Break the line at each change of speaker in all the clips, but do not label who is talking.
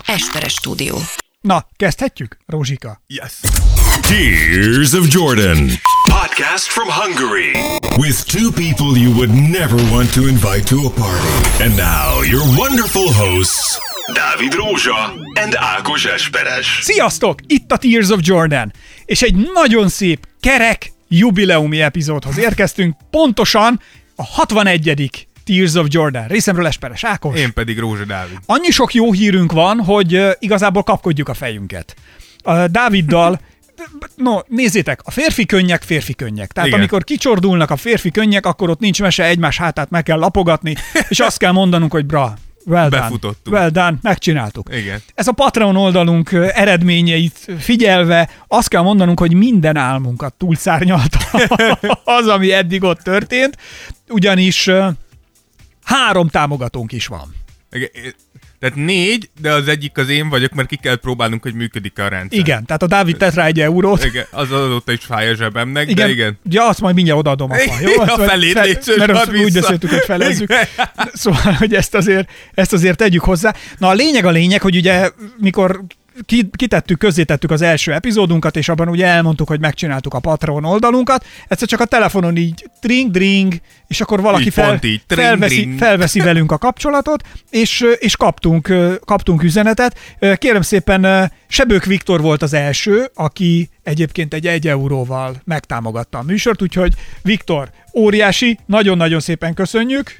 Esperes Stúdió.
Na, kezdhetjük, Rózsika?
Yes. Tears of Jordan. Podcast from Hungary. With two people you would never want to invite to a party. And now your wonderful hosts, Dávid Rózsa and Ákos Esperes.
Sziasztok! Itt a Tears of Jordan. És egy nagyon szép, kerek, jubileumi epizódhoz érkeztünk. Pontosan a 61. Tears of Jordan. Részemről Esperes Ákos.
Én pedig Rózsa Dávid.
Annyi sok jó hírünk van, hogy igazából kapkodjuk a fejünket. Dáviddal, no, nézzétek, a férfi könnyek. Tehát igen. Amikor kicsordulnak a férfi könnyek, akkor ott nincs mese, egymás hátát meg kell lapogatni, és azt kell mondanunk, hogy well done, megcsináltuk.
Igen.
Ez a Patreon oldalunk eredményeit figyelve azt kell mondanunk, hogy minden álmunkat túlszárnyalta az, ami eddig ott történt, ugyanis 3 támogatónk is van.
Tehát 4, de az egyik az én vagyok, mert ki kell próbálnunk, hogy működik a rendszer.
Igen, tehát a Dávid tett rá 1 eurót.
Igen, az azóta is fáj a zsebemnek,
igen,
de igen.
Ja, azt majd mindjárt odaadom apa, jó?
A felét létszős,
mert azt úgy beszéltük, hogy felezzük. Szóval, hogy ezt azért tegyük hozzá. Na a lényeg, hogy ugye mikor közzétettük az első epizódunkat, és abban ugye elmondtuk, hogy megcsináltuk a Patreon oldalunkat, egyszer csak a telefonon így dring, és akkor valaki felveszi velünk a kapcsolatot, és kaptunk üzenetet. Kérem szépen, Sebők Viktor volt az első, aki egyébként egy 1 euróval megtámogatta a műsort, úgyhogy Viktor, óriási, nagyon-nagyon szépen köszönjük.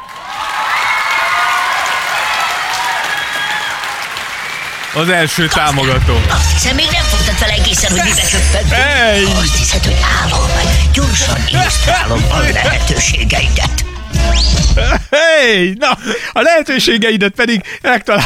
Az első támogató.
Azt hiszem, még nem fogtad fel egészen, hogy mibe söppent.
Hey!
Azt hiszed, hogy álom vagy. Gyorsan illusztrálom a lehetőségeidet.
Hey! Na, a lehetőségeidet pedig megtalálom.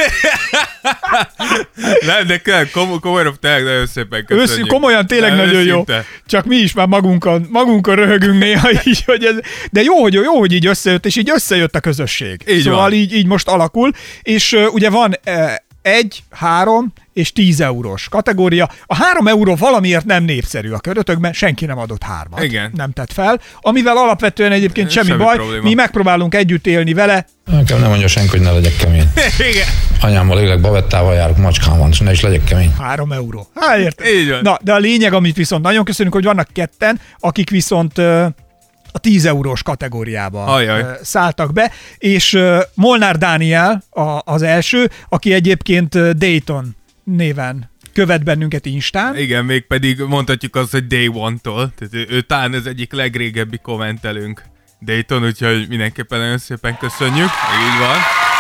Nem, de kell, komolyan, tényleg nagyon szépen köszönjük.
Komolyan tényleg nagyon őszinte. Jó. Csak mi is már magunkon röhögünk néha így, hogy ez, de jó, hogy így összejött, és így összejött a közösség.
Így
szóval
van.
Így most alakul, és ugye van 1, 3 és 10 eurós kategória. A 3 euró valamiért nem népszerű a körötökben, senki nem adott 3-at.
Igen.
Nem tett fel, amivel alapvetően egyébként semmi baj,
probléma.
Mi megpróbálunk együtt élni vele.
Nekem nem mondja senki, hogy ne legyek kemény.
Igen.
Anyámmal élek, bavettával járok, macskám van, ne is legyek kemény.
3 euró. Hát érted?
Így van.
Na, de a lényeg, amit viszont nagyon köszönünk, hogy vannak 2, akik viszont a 10 eurós kategóriába szálltak be, és Molnár Dániel az első, aki egyébként Dayton néven követ bennünket Instán.
Igen, mégpedig mondhatjuk azt, hogy Day One-tól. Tehát ő talán az egyik legrégebbi kommentelünk Dayton, úgyhogy mindenképpen nagyon szépen köszönjük. Így van.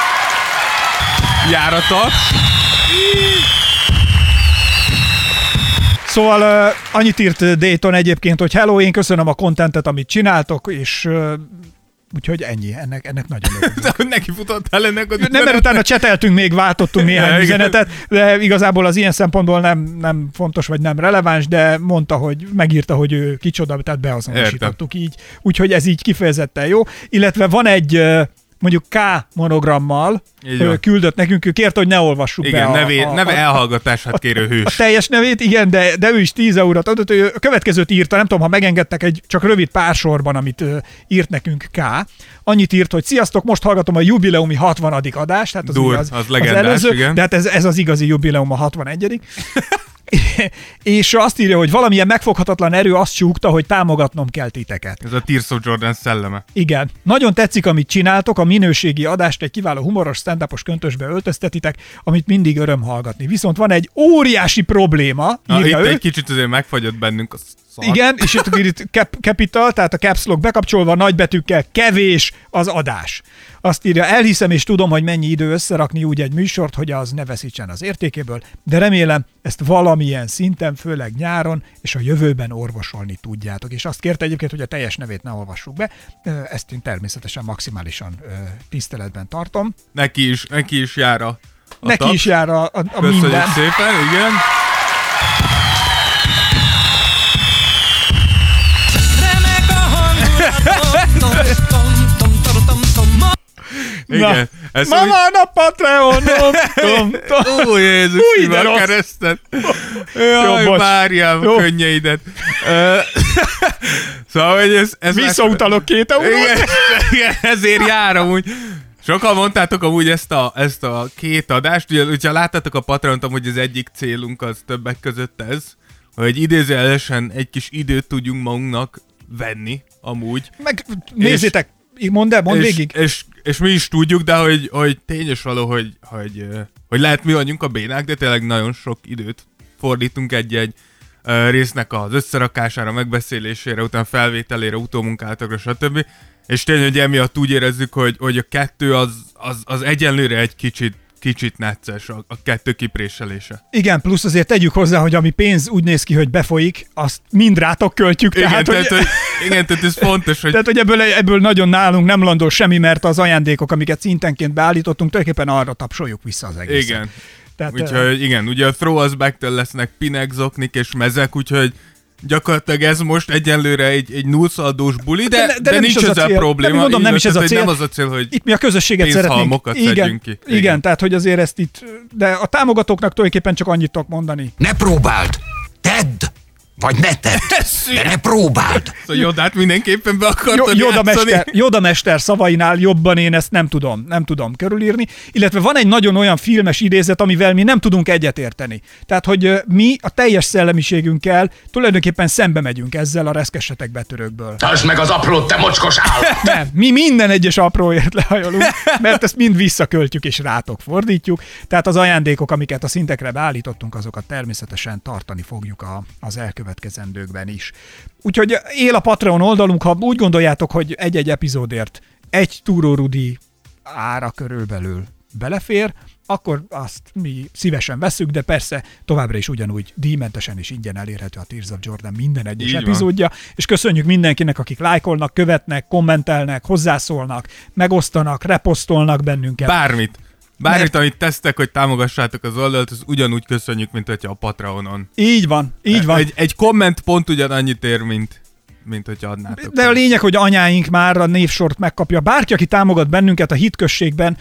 Járatok!
Szóval annyit írt Dayton egyébként, hogy hello, én köszönöm a contentet, amit csináltok, és úgyhogy ennyi, ennek nagyon örülök.
De neki futottál ennek az
Nem, mert utána cseteltünk még, váltottunk néhány üzenetet, de igazából az ilyen szempontból nem fontos, vagy nem releváns, de mondta, hogy megírta, hogy ő kicsoda, tehát beazonosítottuk így. Úgyhogy ez így kifejezetten jó. Illetve van egy mondjuk K monogrammal küldött nekünk, ő kérte, hogy ne olvassuk
igen,
be
neve elhallgatását kérő hős.
A teljes nevét, igen, de ő is 10 eurót adott, ő a következőt írta, nem tudom, ha megengedtek egy csak rövid pár sorban, amit írt nekünk K. Annyit írt, hogy sziasztok, most hallgatom a jubileumi 60. adást, tehát
az legendás,
előző,
igen.
de hát ez az igazi jubileum a 61. És azt írja, hogy valamilyen megfoghatatlan erő azt súgta, hogy támogatnom kell titeket.
Ez a Tears of Jordan szelleme.
Igen. Nagyon tetszik, amit csináltok, a minőségi adást egy kiváló humoros stand-upos köntösbe öltöztetitek, amit mindig öröm hallgatni. Viszont van egy óriási probléma, írja
itt
ő.
egy kicsit azért megfagyott bennünk a szar.
Igen, és itt capital, tehát a caps lock bekapcsolva nagybetűkkel kevés az adás. Azt írja, elhiszem és tudom, hogy mennyi idő összerakni úgy egy műsort, hogy az ne veszítsen az értékéből, de remélem ezt valamilyen szinten, főleg nyáron és a jövőben orvosolni tudjátok. És azt kérte egyébként, hogy a teljes nevét ne olvassuk be, ezt én természetesen maximálisan tiszteletben tartom.
Neki is jár a
Neki is jár a
köszönjük
minden.
szépen, igen. Igen.
Ma van a Patreonom!
Ó, Jézus,
de
a keresztet! Jaj, várjál a könnyeidet! Szóval, hogy ez
visszautalok 2 eurót.
Igen, ezért jár amúgy. Sokan mondtátok amúgy ezt a két adást, ugye láttátok a Patreont, amúgy az egyik célunk az többek között ez, hogy idézőjelesen egy kis időt tudjunk magunknak venni, amúgy.
Meg nézzétek, mondd végig.
És mi is tudjuk, de hogy tényes való, hogy lehet mi vagyunk a bénák, de tényleg nagyon sok időt fordítunk egy résznek az összerakására, megbeszélésére, utána felvételére, utómunkálatokra, stb. És tényleg, hogy emiatt úgy érezzük, hogy a kettő az egyenlőre egy kicsit necces, a kettő kipréselése.
Igen, plusz azért tegyük hozzá, hogy ami pénz úgy néz ki, hogy befolyik, azt mind rátok költjük.
Igen, tehát ez fontos, hogy...
Tehát, hogy ebből nagyon nálunk nem landol semmi, mert az ajándékok, amiket szintenként beállítottunk, tulajdonképpen arra tapsoljuk vissza az egészet.
Igen. Tehát, úgyhogy igen, ugye a Throw Us Back-től lesznek pinek, zoknik és mezek, úgyhogy gyakorlatilag ez most egyenlőre egy nullszaldós buli, de nincs ezzel probléma.
Mondom, nem is ez a cél.
Nem az a cél, hogy
itt mi a közösséget szeretnénk.
Szedjünk ki.
Igen, tehát hogy azért ezt itt, de a támogatóknak tulajdonképpen csak annyit tudok mondani.
Ne próbáld! Tedd! Vagy ne tedd! De ne próbáld!
Szóval Jodát mindenképpen be akartad játszani.
Yoda mester szavainál jobban én ezt nem tudom körülírni, illetve van egy nagyon olyan filmes idézet, amivel mi nem tudunk egyetérteni. Tehát, hogy mi a teljes szellemiségünkkel tulajdonképpen szembe megyünk ezzel a reszkessetek betörőkből.
Tartsd meg az aprót, te mocskos állat!
Nem, mi minden egyes apróért lehajolunk, mert ezt mind visszaköltjük és rátok fordítjuk. Tehát az ajándékok, amiket a szintekre beállítottunk, azokat természetesen tartani fogjuk az elkövetkezendőkben is. Úgyhogy él a Patreon oldalunk, ha úgy gondoljátok, hogy egy-egy epizódért egy Túró Rudi ára körülbelül belefér, akkor azt mi szívesen veszük, de persze továbbra is ugyanúgy díjmentesen és ingyen elérhető a Tears of Jordan minden egyes epizódja, és köszönjük mindenkinek, akik lájkolnak, követnek, kommentelnek, hozzászólnak, megosztanak, reposztolnak bennünket.
Bármit, amit tesztek, hogy támogassátok az oldalt, az ugyanúgy köszönjük, mint hogyha a Patreonon.
Így van.
Egy komment pont ugyanannyit ér, mint hogyha adnátok.
De a lényeg, hogy anyáink már a névsort megkapja. Bárki, aki támogat bennünket a hitközségben,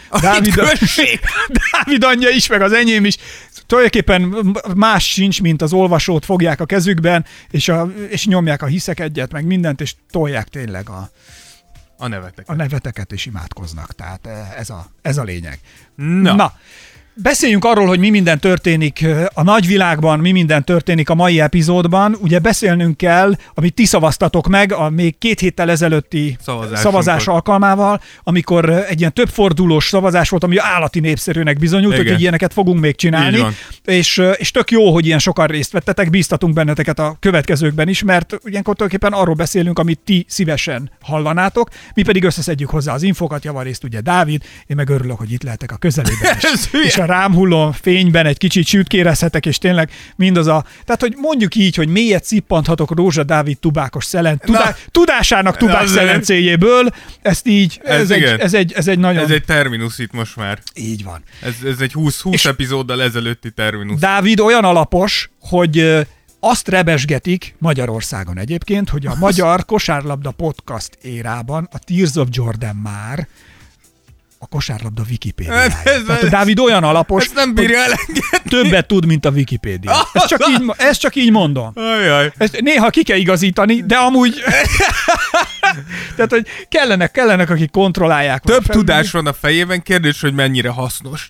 Dávid anyja is, meg az enyém is, tulajdonképpen más sincs, mint az olvasót fogják a kezükben, és nyomják a hiszek egyet, meg mindent, és tolják tényleg a neveteket, és imádkoznak. Tehát ez a lényeg. Na, beszéljünk arról, hogy mi minden történik a nagyvilágban, mi minden történik a mai epizódban. Ugye beszélnünk kell, amit ti szavaztatok meg a még 2 héttel ezelőtti szavazás alkalmával, amikor egy ilyen többfordulós szavazás volt, ami állati népszerűnek bizonyult, hogy ilyeneket fogunk még csinálni. És tök jó, hogy ilyen sokan részt vettetek, bíztatunk benneteket a következőkben is, mert ilyenkor tulajdonképpen arról beszélünk, amit ti szívesen hallanátok, mi pedig összeszedjük hozzá az infokat, javarészt ugye Dávid, én meg örülök, hogy itt lehetek a közelében is. És a rám hulló fényben egy kicsit sütkérezhetek, és tényleg mindaz tehát, hogy mondjuk így, hogy mélyet szippanthatok Rózsa Dávid tubákos tudásának tubák szelencéjéből, ezt így, ez egy nagyon...
Ez egy terminus itt most már.
Így van.
Ez egy 20 epizóddal ezelőtti terminus.
Dávid olyan alapos, hogy azt rebesgetik Magyarországon egyébként, hogy a Magyar Kosárlabda Podcast érában a Tears of Jordan már a kosárlabda Wikipédiája. Tehát a Dávid olyan alapos,
ezt nem bírja elengedni.
Többet tud, mint a Wikipédia. Ezt csak így mondom. Ezt néha ki kell igazítani, de amúgy... Tehát, hogy kellenek, akik kontrollálják.
Több tudás van a fejében, kérdés, hogy mennyire hasznos.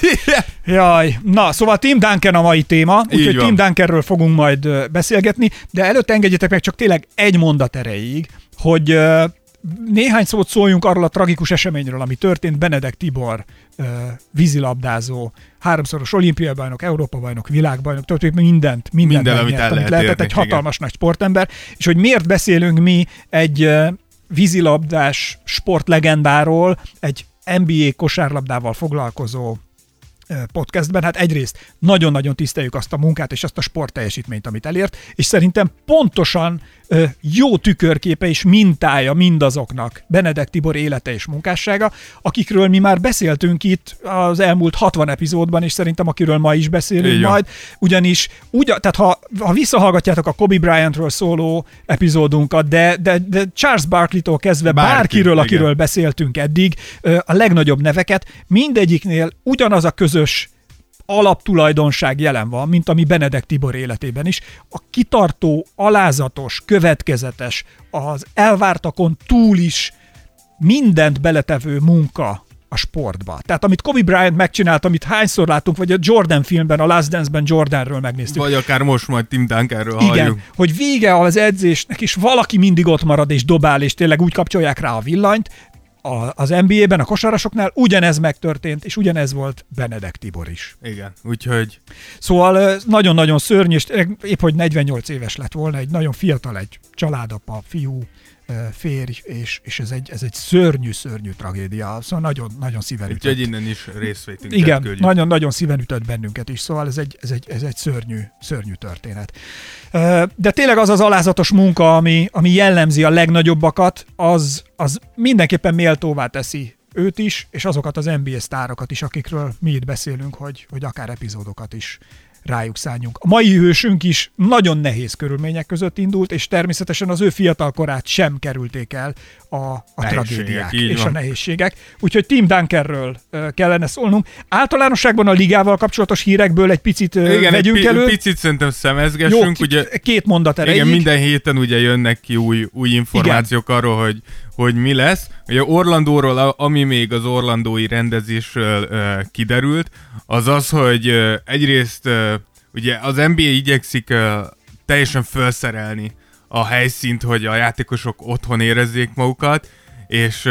Na, szóval Tim Duncan a mai téma, úgyhogy Tim Duncanről fogunk majd beszélgetni, de előtte engedjetek meg csak tényleg egy mondat erejéig, hogy néhány szót szóljunk arról a tragikus eseményről, ami történt. Benedek Tibor, vízilabdázó, 3-szoros olimpiai bajnok, Európa-bajnok, világbajnok, mindent megnyert, amit lehetett, egy hatalmas nagy sportember, és hogy miért beszélünk mi egy vízilabdás sportlegendáról, egy NBA kosárlabdával foglalkozó podcastben. Hát egyrészt nagyon-nagyon tiszteljük azt a munkát és azt a sportteljesítményt, amit elért, és szerintem pontosan jó tükörképe és mintája mindazoknak Benedek Tibor élete és munkássága, akikről mi már beszéltünk itt az elmúlt 60 epizódban, és szerintem akiről ma is beszélünk majd, ugyanis tehát ha visszahallgatjátok a Kobe Bryantról szóló epizódunkat, de Charles Barkley-tól kezdve bárkiről, akiről beszéltünk eddig, a legnagyobb neveket, mindegyiknél ugyanaz a közös alaptulajdonság jelen van, mint ami Benedek Tibor életében is. A kitartó, alázatos, következetes, az elvártakon túl is mindent beletevő munka a sportba. Tehát amit Kobe Bryant megcsinált, amit hányszor látunk, vagy a Jordan filmben, a Last Dance-ben Jordanről megnéztük.
Vagy akár most majd Tim Duncanről
Igen,
halljuk.
hogy vége az edzésnek, és valaki mindig ott marad és dobál, és tényleg úgy kapcsolják rá a villanyt. Az NBA-ben, a kosarasoknál ugyanez megtörtént, és ugyanez volt Benedek Tibor is.
Igen, úgyhogy...
Szóval nagyon-nagyon szörnyű, és épp hogy 48 éves lett volna, egy nagyon fiatal, egy családapa, fiú, férj, és ez egy szörnyű tragédia. Szóval nagyon szíven ütött.
Úgyhogy innen is részvétünket
Igen,
küldjük.
nagyon szíven ütött bennünket is, szóval ez egy szörnyű történet. De tényleg az alázatos munka, ami jellemzi a legnagyobbakat, az mindenképpen méltóvá teszi őt is, és azokat az NBA sztárokat is, akikről mi itt beszélünk, hogy akár epizódokat is rájuk szálljunk. A mai hősünk is nagyon nehéz körülmények között indult, és természetesen az ő fiatal korát sem kerülték el a tragédiák és a nehézségek. Úgyhogy Tim Duncanről kellene szólnunk. Általánosságban a ligával kapcsolatos hírekből egy picit vegyünk elő.
Picit szerintem szemezgessünk.
Jó,
ugye,
2 mondat erejéig.
Igen, minden héten ugye jönnek ki új információk arról, hogy mi lesz. Ugye Orlandóról, ami még az orlandói rendezésről kiderült, az, hogy egyrészt ugye az NBA igyekszik teljesen felszerelni a helyszínt, hogy a játékosok otthon érezzék magukat, és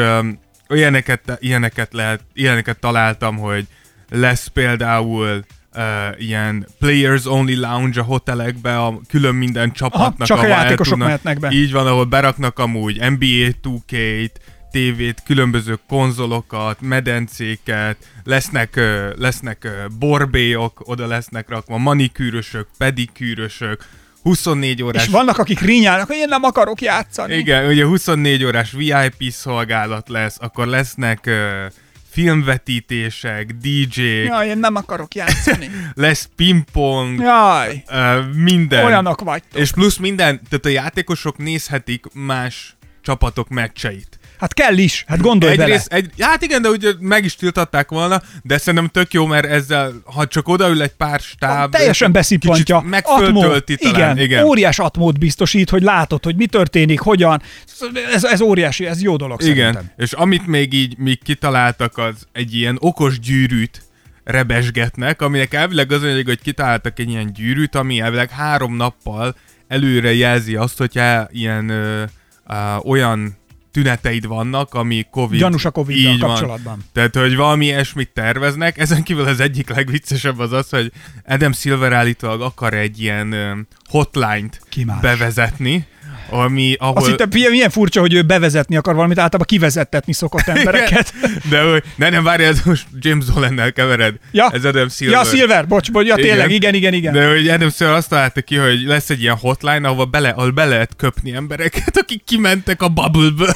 ilyeneket találtam, hogy lesz például ilyen players only lounge a hotelekbe, külön minden csapatnak.
Csak a játékosok mehetnek be.
Így van, ahol beraknak amúgy NBA 2K-t, tévét, különböző konzolokat, medencéket, lesznek borbélyok, oda lesznek rakva, manikűrösök, pedikűrösök, 24 órás...
És vannak, akik rinyálnak, hogy én nem akarok játszani.
Igen, ugye 24 órás VIP szolgálat lesz, akkor lesznek filmvetítések, DJ-k.
Jaj, én nem akarok játszani.
Lesz pingpong.
Jaj.
Minden.
Olyanok vagytok.
És plusz minden, tehát a játékosok nézhetik más csapatok meccseit.
Hát kell is, hát gondolj bele.
Hát igen, de ugye meg is tiltatták volna, de szerintem tök jó, mert ezzel, ha csak odaül egy pár stáb...
Teljesen beszippantja.
Megföltölti talán. Igen.
Óriás atmót biztosít, hogy látod, hogy mi történik, hogyan. Ez óriási, ez jó dolog szerintem.
Igen, és amit még kitaláltak, az egy ilyen okos gyűrűt rebesgetnek, aminek elvileg az mondjuk, hogy kitaláltak egy ilyen gyűrűt, ami elvileg 3 nappal előre jelzi azt, hogyha ilyen olyan tüneteid vannak, ami Covid...
Gyanús a Covid-dal kapcsolatban.
Van. Tehát, hogy valami ilyesmit terveznek. Ezen kívül az egyik legviccesebb az, hogy Adam Silver állítólag akar egy ilyen hotline-t bevezetni, ahol...
Azt hittem, milyen furcsa, hogy ő bevezetni akar valamit, általában kivezettetni szokott embereket.
De hogy nem, várjál, most James Dolannel kevered.
Ja.
Ez Adam Silver.
Ja, Silver, bocs, ja, tényleg, igen.
De hogy Adam Silver azt találta ki, hogy lesz egy ilyen hotline, ahol be lehet köpni embereket, akik kimentek a bubble-ből.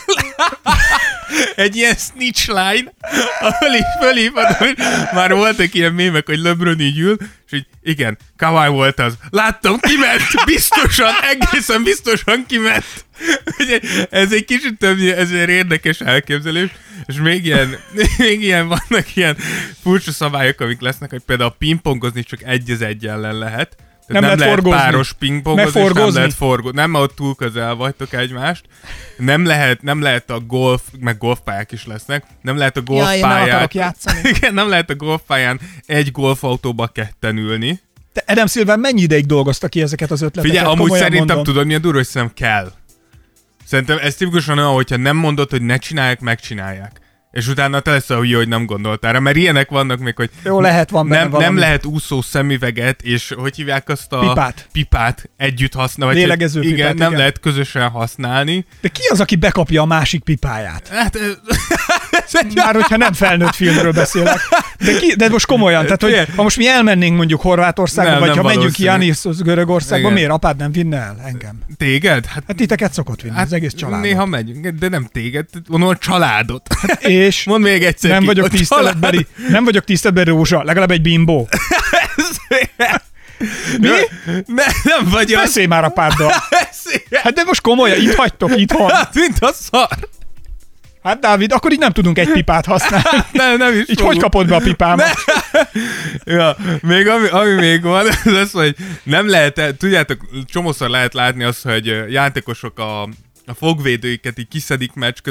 Egy ilyen snitch line, fölhívod, hogy már voltak ilyen mémek, hogy LeBron így ül, és így igen, Kawhi volt az. Láttam, kiment, egészen biztosan kiment. Ez egy kicsit több, ez egy érdekes elképzelés, és még ilyen vannak ilyen furcsa szabályok, amik lesznek, hogy például pingpongozni csak 1-1 ellen lehet. Nem lehet
forgózni.
Páros pingpongozni, és nem lehet forgózni. Nem, ott túl közel vagytok egymást. Nem lehet a golf, meg golfpályák is lesznek. Nem lehet a golfpályán. Igen, nem lehet a golfpályán egy golfautóba 2 ülni.
Te Adam Silver mennyi ideig dolgozta ki ezeket az ötleteket?
Figyelj, amúgy szerintem tudod, milyen durva, hogy szerintem kell. Szerintem ez tipikusan olyan, hogyha nem mondod, hogy ne csinálják, megcsinálják. És utána te lesz a hülye, hogy nem gondoltál rá, mert ilyenek vannak még, hogy
jó,
nem lehet úszó szemüveget, és hogy hívják azt a pipát együtt használni.
Lélegező pipát,
igen, nem lehet közösen használni.
De ki az, aki bekapja a másik pipáját?
Hát,
már hogyha nem felnőtt filmről beszélek. De most komolyan, tehát hogy ha most mi elmennénk mondjuk Horvátországba, vagy ha menjünk ki Jániszhoz Görögországba, miért apád nem vinne el engem?
Téged?
Hát titeket szokott vinni, az egész családot.
Néha megyünk, de nem téged, mondom a családot.
És
mondd még egyszer
nem vagyok tiszteletbeli rózsa, legalább egy bimbó. Mi?
Nem vagy az.
Beszélj már apáddal. Hát de most komolyan, itt hagytok itthon.
Hát mint a szar.
Hát Dávid, akkor így nem tudunk egy pipát használni.
Nem is
így fogunk. Hogy kapod be a pipámat?
Ja, még ami még van, az az, hogy nem lehet, tudjátok, csomószor lehet látni azt, hogy játékosok a fogvédőiket így kiszedik meccs közben,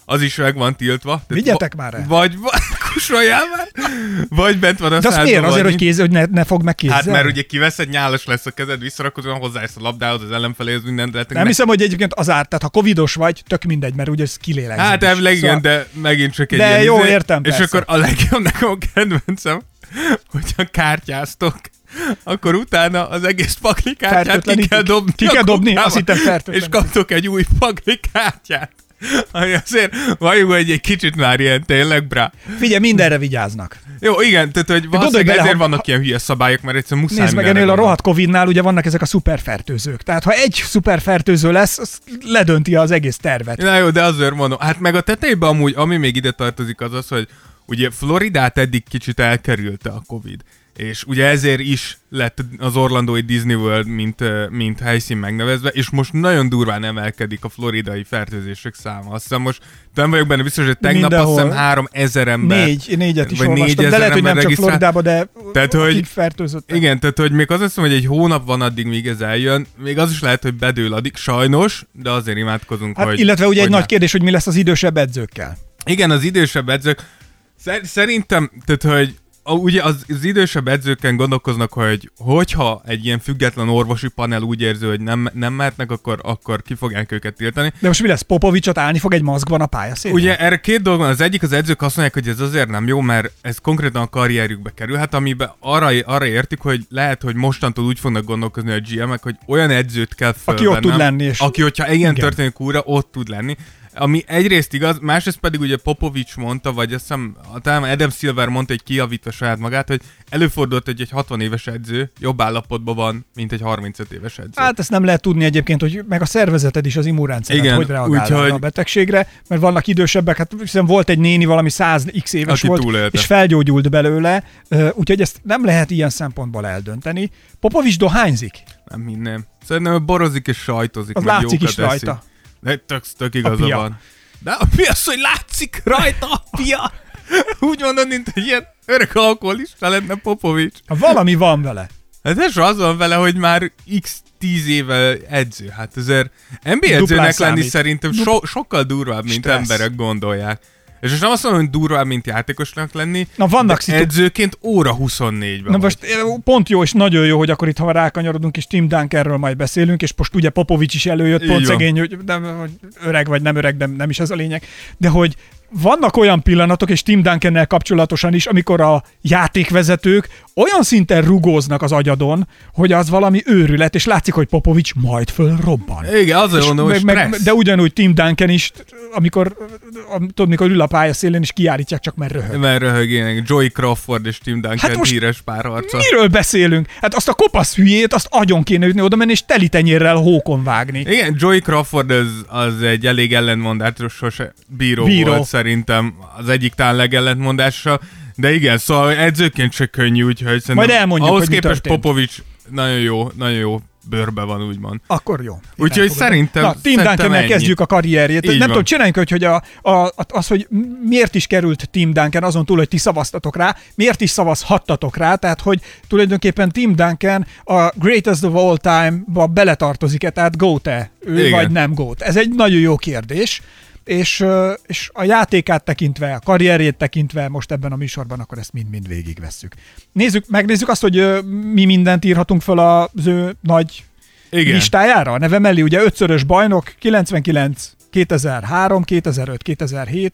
az is meg van tiltva.
Vigyetek már el.
Vagy kusoljál már, vagy bent van a
de azt miért? Azért, hogy ne fog meg kézzel?
Hát mert ugye kiveszed, nyálas lesz a kezed, visszarakod, hozzáérsz a labdához, az ellenfeléhez, mindent.
Nem hiszem, hogy egyébként az árt, tehát ha covidos vagy, tök mindegy, mert ugye ez kilélegzed.
Hát elvileg igen, de megint csak egy
de
ilyen
jó, értem,
és
persze.
akkor a legjobb nekem a kedvencem, hogyha kártyáztok, akkor utána az egész paklikártyát ki kell dobni.
Ki kell dobni, azt hittem fertőtlen.
És kaptok egy új paklikártyát. Ami azért valljuk, hogy egy kicsit már ilyen tényleg brá.
Figyelj, mindenre vigyáznak.
Jó, igen, tehát hogy valószínűleg ezért vannak ilyen hülye szabályok, mert egyszerűen muszáj.
Nézd meg, ennél a rohadt Covidnál ugye vannak ezek a szuperfertőzők. Tehát ha egy szuperfertőző lesz, az ledönti az egész tervet.
Na jó, de azért mondom, hát meg a tetejében amúgy, ami még ide tartozik az, hogy ugye Floridát eddig kicsit elkerülte a Covid. És ugye ezért is lett az Orlandói Disney World, mint helyszín megnevezve, és most nagyon durván emelkedik a floridai fertőzések száma. Azt hiszem most nem vagyok benne biztos, hogy tegnap azt hiszem 3000 ember.
Négyet is olvastam, de lehet, hogy nem csak Floridában, de
tehát, hogy
fertőzöttek.
Igen, tehát hogy még az hiszem, hogy egy hónap van addig, míg ez eljön, még az is lehet, hogy bedől addig, sajnos, de azért imádkozunk,
hát,
hogy...
Illetve ugye
hogy
egy nagy kérdés, hogy mi lesz az idősebb edzőkkel.
Igen, az idősebb edzők. Szerintem, tehát hogy ugye az idősebb edzőken gondolkoznak, hogy hogyha egy ilyen független orvosi panel úgy érzi, hogy nem mehetnek, akkor ki fogják őket tiltani.
De most mi lesz? Popovicsot állni fog egy maszkban a pályaszélen?
Ugye erre két dolog van. Az egyik, az edzők azt mondják, hogy ez azért nem jó, mert ez konkrétan a karrierjükbe kerülhet, amiben arra értik, hogy lehet, hogy mostantól úgy fognak gondolkozni a GM-ek, hogy olyan edzőt kell fölvennem,
aki ott tud lenni. És...
aki, hogyha ilyen történik újra, ott tud lenni. Ami egyrészt igaz, másrészt pedig ugye Popovics mondta, vagy azt hiszem, talán Adam Silver mondta, egy kijavítva saját magát, hogy előfordult, hogy egy 60 éves edző jobb állapotban van, mint egy 35 éves edző.
Hát ezt nem lehet tudni egyébként, hogy meg a szervezeted is, az immunrendszered, hogy reagál a betegségre, mert vannak idősebbek, hát hiszen volt egy néni, valami 100x éves
aki
volt,
túlélte,
és felgyógyult belőle, úgyhogy ezt nem lehet ilyen szempontból eldönteni. Popovics dohányzik?
Nem hinném. Szerintem borozik és sajtozik.
Az látszik is rajta.
De tök igaza van. De mi az, hogy látszik rajta a pia? Úgy mondod, mint egy ilyen öreg alkoholista lenne Popovics.
Valami van vele.
Hát ez az van vele, hogy már x 10 éve edző. Hát azért NBA edzőnek lenni szerintem sokkal durvább, mint emberek gondolják. És most nem azt mondom, hogy durvább, mint játékosnak lenni,
na, vannak
edzőként óra 24-ben.
Na most pont jó, és nagyon jó, hogy akkor itt, ha rákanyarodunk, és Tim Duncanről majd beszélünk, és most ugye Popovics is előjött, pont szegény, hogy öreg vagy nem öreg, de nem is ez a lényeg, de hogy vannak olyan pillanatok, és Tim Duncannel kapcsolatosan is, amikor a játékvezetők olyan szinten rugóznak az agyadon, hogy az valami őrület, és látszik, hogy Popovics majd fölrobban.
Igen, azért mondom, hogy
de ugyanúgy Tim Duncan is, amikor ül a pályaszélén, és kiállítják, csak mert röhög.
Mert röhög, Joey Crawford és Tim Duncan hát híres párharca.
Miről beszélünk? Hát azt a kopasz hülyét, azt agyon kéne ütni oda menni, és teli tenyérrel hókon vágni.
Igen, Joey Crawford az egy elég ellentmondásos bíró volt szerintem, az egyik talán legellentmondása, de igen, szóval edzőként se könnyű, úgyhogy
majd elmondjuk,
ahhoz
hogy
képest Popovics nagyon jó bőrbe van, úgymond.
Akkor jó.
Úgyhogy szerintem
Tim Duncannel kezdjük a karrierjét.
Így
nem
van.
tudom, csináljunk, hogy az, hogy miért is került Tim Duncan, azon túl, hogy ti szavaztatok rá, miért is szavazhattatok rá, tehát hogy tulajdonképpen Tim Duncan a greatest of all time-ba beletartozik-e, tehát GOAT-e ő, igen, vagy nem GOAT. Ez egy nagyon jó kérdés. És a játékát tekintve, a karrierjét tekintve most ebben a műsorban, akkor ezt mind-mind végigvesszük. Megnézzük azt, hogy mi mindent írhatunk fel az ő nagy listájára. A neve mellé ugye 5-szörös bajnok, 99, 2003, 2005, 2007,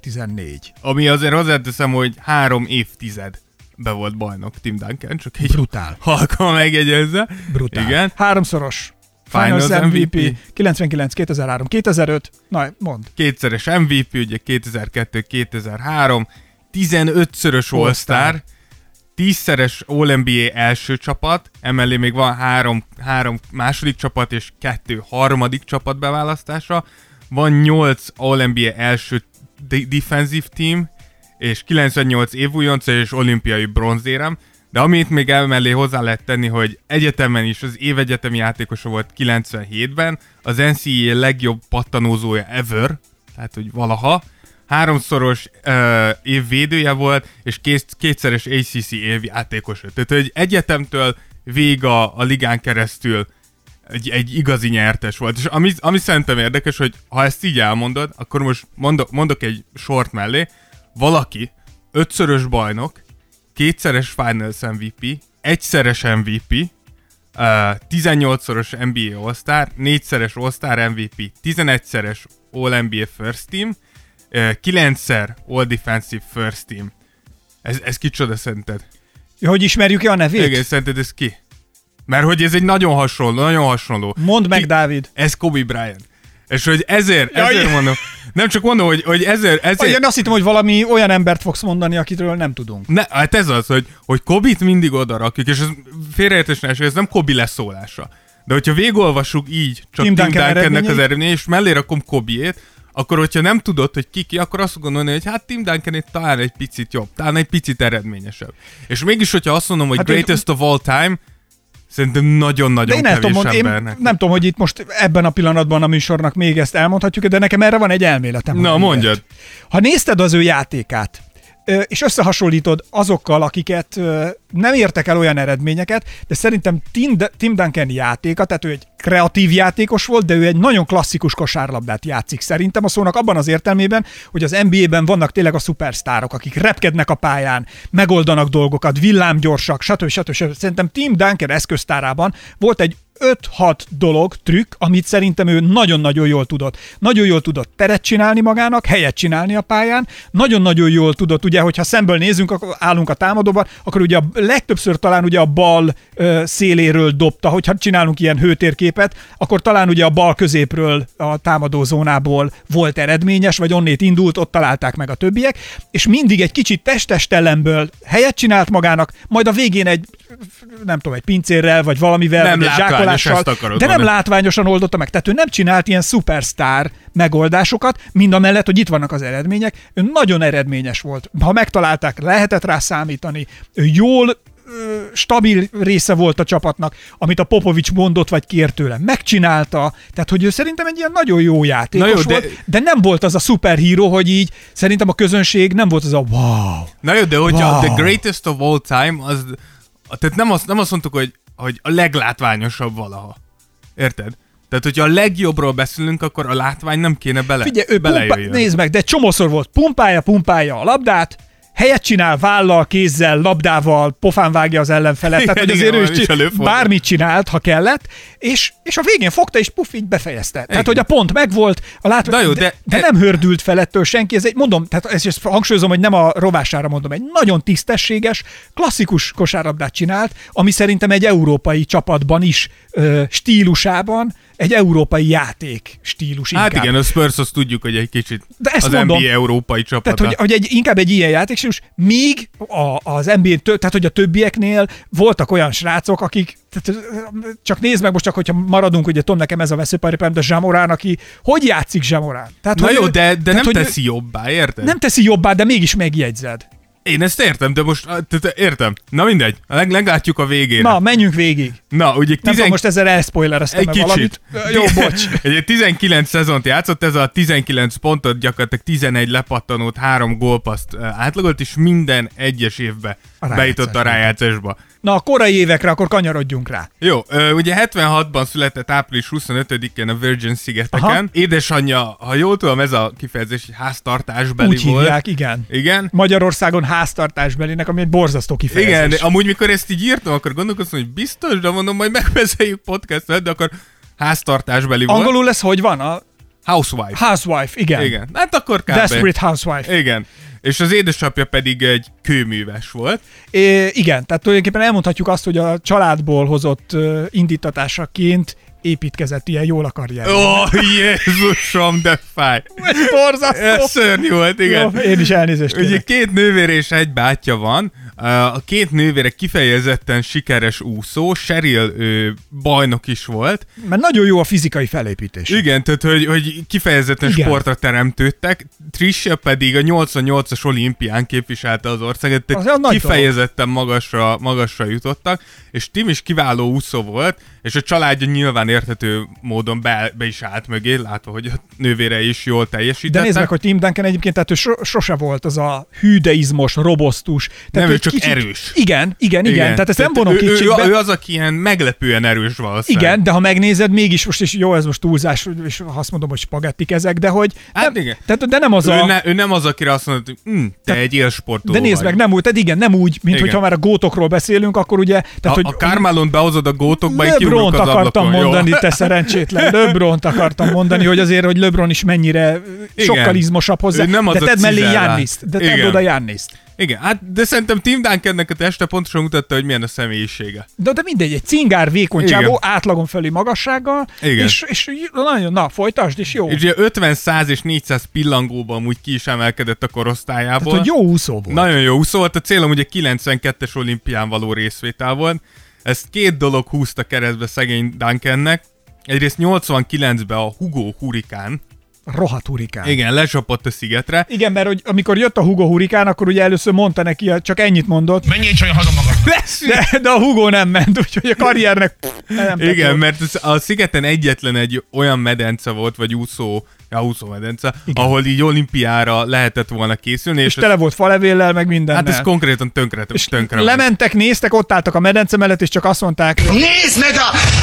2014.
Ami azért hozzáteszem, hogy 3 évtized be volt bajnok Tim Duncan, csak egy
brutál.
Halkan megjegyezze.
Brutál.
Igen.
3-szoros Finals MVP, 99, 2003, 2005, na, mondd.
2-szeres MVP, ugye 2002, 2003, 15-szörös All-Star, 10-szeres All-NBA első csapat, emellé még van 3 második csapat és 2 harmadik csapat beválasztása, van 8 All-NBA első defensive team, és 98 évújonca és olimpiai bronzérem, de amit még emellé hozzá lehet tenni, hogy egyetemen is az évegyetemi játékosa volt 97-ben, az NCAA legjobb pattanózója ever, tehát hogy valaha, 3-szoros év védője volt, és 2-szeres ACC év játékosa. Tehát, hogy egyetemtől végig a ligán keresztül egy igazi nyertes volt. És ami szerintem érdekes, hogy ha ezt így elmondod, akkor most mondok egy sort mellé, valaki 5-szörös bajnok, 2-szeres Finals MVP, 1-szeres MVP, 18-szoros NBA All-Star, 4-szeres All-Star MVP, 11-szeres All-NBA First Team, 9-szer All-Defensive First Team. Ez kicsoda szerinted?
Hogy ismerjük-e a nevét?
Igen, szerinted ez ki? Mert hogy ez egy nagyon hasonló.
Mondd meg, Dávid.
Ez Kobe Bryant. És hogy ezért mondom. Nem csak mondom, hogy ezért...
Én azt hittem, hogy valami olyan embert fogsz mondani, akitől nem tudunk.
Hát ez az, hogy Kobe-t mindig oda rakjuk, és ez félreértés, ez nem Kobe leszólása. De hogyha végigolvassuk így, csak Tim Duncannek az eredménye, és mellé rakom Kobe-ét, akkor hogyha nem tudod, hogy ki, akkor azt gondolni, hogy hát Tim Duncan talán egy picit jobb, talán egy picit eredményesebb. És mégis, hogyha azt mondom, hogy hát greatest of all time, szerintem nagyon-nagyon kevés embernek.
Én nem tudom, hogy itt most ebben a pillanatban a műsornak még ezt elmondhatjuk, de nekem erre van egy elméletem.
Na, mondjad.
Ha nézted az ő játékát, és összehasonlítod azokkal, akiket nem értek el olyan eredményeket, de szerintem Tim Duncan játéka, tehát ő egy kreatív játékos volt, de ő egy nagyon klasszikus kosárlabdát játszik szerintem a szónak abban az értelmében, hogy az NBA-ben vannak tényleg a szupersztárok, akik repkednek a pályán, megoldanak dolgokat, villámgyorsak, stb. Szerintem Tim Duncan eszköztárában volt egy 5-6 trükk, amit szerintem ő nagyon-nagyon jól tudott. Nagyon jól tudott teret csinálni magának, helyet csinálni a pályán, nagyon-nagyon jól tudott, ugye, hogyha szemből nézünk, akkor állunk a támadóban, akkor ugye legtöbbször talán ugye a bal széléről dobta, hogyha csinálunk ilyen hőtérképet, akkor talán ugye a bal középről, a támadózónából volt eredményes, vagy onnét indult, ott találták meg a többiek, és mindig egy kicsit test-ellenből helyet csinált magának, majd a végén egy pincérrel, vagy valamivel,
nem
vagy egy zsákolással, de nem látványosan oldotta meg. Tehát ő nem csinált ilyen szupersztár megoldásokat, mindamellett, hogy itt vannak az eredmények. Ő nagyon eredményes volt. Ha megtalálták, lehetett rá számítani. Ő jól stabil része volt a csapatnak, amit a Popovics mondott, vagy kért tőle. Megcsinálta, tehát hogy ő szerintem egy ilyen nagyon jó játékos volt, de nem volt az a szuperhíró, hogy így szerintem a közönség nem volt az a wow.
Na jó, de hogyha the greatest of all time, az, tehát nem azt mondtuk, hogy a leglátványosabb valaha. Érted? Tehát, hogyha a legjobbról beszélünk, akkor a látvány nem kéne belejöjjön.
Nézd meg, de csomószor volt pumpálja a labdát, helyet csinál vállal, kézzel, labdával, pofán vágja az ellenfelet, tehát hogy azért ő is bármit csinált, ha kellett, és a végén fogta, és puff, így befejezte. Igen. Tehát, hogy a pont megvolt, a látvány, de nem hördült fel ettől senki, ez egy, mondom, tehát ezt hangsúlyozom, hogy nem a rovására mondom, egy nagyon tisztességes, klasszikus kosárlabdát csinált, ami szerintem egy európai csapatban is stílusában egy európai játék stílus inkább.
Hát igen, a Spurs azt tudjuk, hogy egy kicsit az mondom, NBA európai csapata.
Tehát, hogy inkább egy ilyen játék stílus, míg az NBA, tehát hogy a többieknél voltak olyan srácok, akik, tehát, csak nézd meg most, csak hogyha maradunk, ugye tudom, nekem ez a veszőparipám, de Ja Morant, aki hogy játszik Ja Morant? Tehát,
na jó, de nem teszi jobbá, érted?
Nem teszi jobbá, de mégis megjegyzed.
Én ezt értem, de most értem. Na mindegy, meglátjuk a végére.
Na, menjünk végig.
Na, ugye
nem tudom, most ezzel elszpoilereztem valamit. Jó, bocs.
Egy 19 szezont játszott, ez a 19 pontot, gyakorlatilag 11 lepattanót, 3 gólpasszt átlagolt, és minden egyes évbe bejutott a rájátszásba.
Na, a korai évekre akkor kanyarodjunk rá.
Jó, ugye 76-ban született április 25-én a Virgin-szigeteken. Aha. Édesanyja, ha jól tudom, ez a kifejezés háztartásbeli
úgy
volt.
Úgy hívják, igen.
Igen.
Magyarországon háztartásbelinek, ami egy borzasztó kifejezés.
Igen, de amúgy mikor ezt így írtam, akkor gondolkoztam, hogy biztos, de mondom, majd megbeszéljük podcastet, de akkor háztartásbeli volt.
Angolul lesz, hogy van? A
Housewife.
Housewife, igen.
Igen, hát akkor kb.
Desperate Housewife.
Igen. És az édesapja pedig egy kőműves volt.
Igen, tehát tulajdonképpen elmondhatjuk azt, hogy a családból hozott indítatásaként építkezett ilyen jól a karrierben.
Jézusom, de fáj.
Ez borzasztó.
Ez szörnyű volt, igen.
Jó, én is elnézést kérek.
Ugye 2 nővér és egy bátyja van. A 2 nővére kifejezetten sikeres úszó. Sheryl bajnok is volt.
Mert nagyon jó a fizikai felépítés.
Igen, tehát hogy kifejezetten sportra teremtődtek. Trisha pedig a 88-as olimpián képviselte az országot, tehát kifejezetten magasra jutottak, és Tim is kiváló úszó volt, és a családja nyilván érthető módon be is állt mögé, látva, hogy a nővére is jól teljesítettek.
De nézd meg, hogy Tim Duncan egyébként, tehát ő sose volt az a hűdeizmos, robosztus.
Nem, ő csak csak erős.
Igen. Tehát ezt nem vonom kétségbe.
Ő az, aki ilyen meglepően erős valószínűleg.
Igen, de ha megnézed, mégis most, és jó, ez most túlzás, és azt mondom, hogy spagettik ezek, de hogy
Hát
nem,
igen.
de nem az
ő nem az, akire azt mondod, hogy te egy élsportoló
de nézd
vagy.
meg, nem úgy, tehát igen, nem úgy, mint
Igen.
hogyha már a gótokról beszélünk, akkor ugye... Tehát,
A Carmelont behozod a gótokba, egy kiugrok
LeBront
az
akartam
ablakon,
mondani,
jó?
te szerencsétlen. LeBront akartam mondani, hogy azért, hogy LeBron is mennyire sokkal izmosabb hozzá.
Ő nem az
de
a
tedd mellé
cizellált.
Gianniszt. De tedd
Igen.
oda Gianniszt.
Igen, hát de szerintem Tim Duncannek a teste pontosan mutatta, hogy milyen a személyisége.
De mindegy, egy cingár, vékony
Igen.
csávó, átlagon felüli magassággal,
Igen.
és nagyon, folytasd, és jó.
És ugye 50, 100 és 400 pillangóban amúgy ki is emelkedett a korosztályából.
Tehát, hogy jó úszó volt.
Nagyon jó úszó volt, a célom ugye 92-es olimpián való részvétel volt. Ezt két dolog húzta keresztbe szegény Duncannek. Egyrészt 89-ben a Hugo hurikán.
Rohadt hurikán.
Igen, lecsapott a szigetre.
Igen, mert hogy amikor jött a Hugo hurikán, akkor ugye először mondta neki, csak ennyit mondott.
Menjél csak haza magad.
De a Hugo nem ment, úgyhogy a karriernek nem tett
Igen,
jót.
mert a szigeten egyetlen egy olyan medence volt, vagy úszó medence, ahol így olimpiára lehetett volna készülni.
És tele volt falevéllel, meg mindennel.
Hát ez konkrétan tönkre ment.
Lementek, néztek, ott álltak a medence mellett, és csak azt mondták,
Nézd meg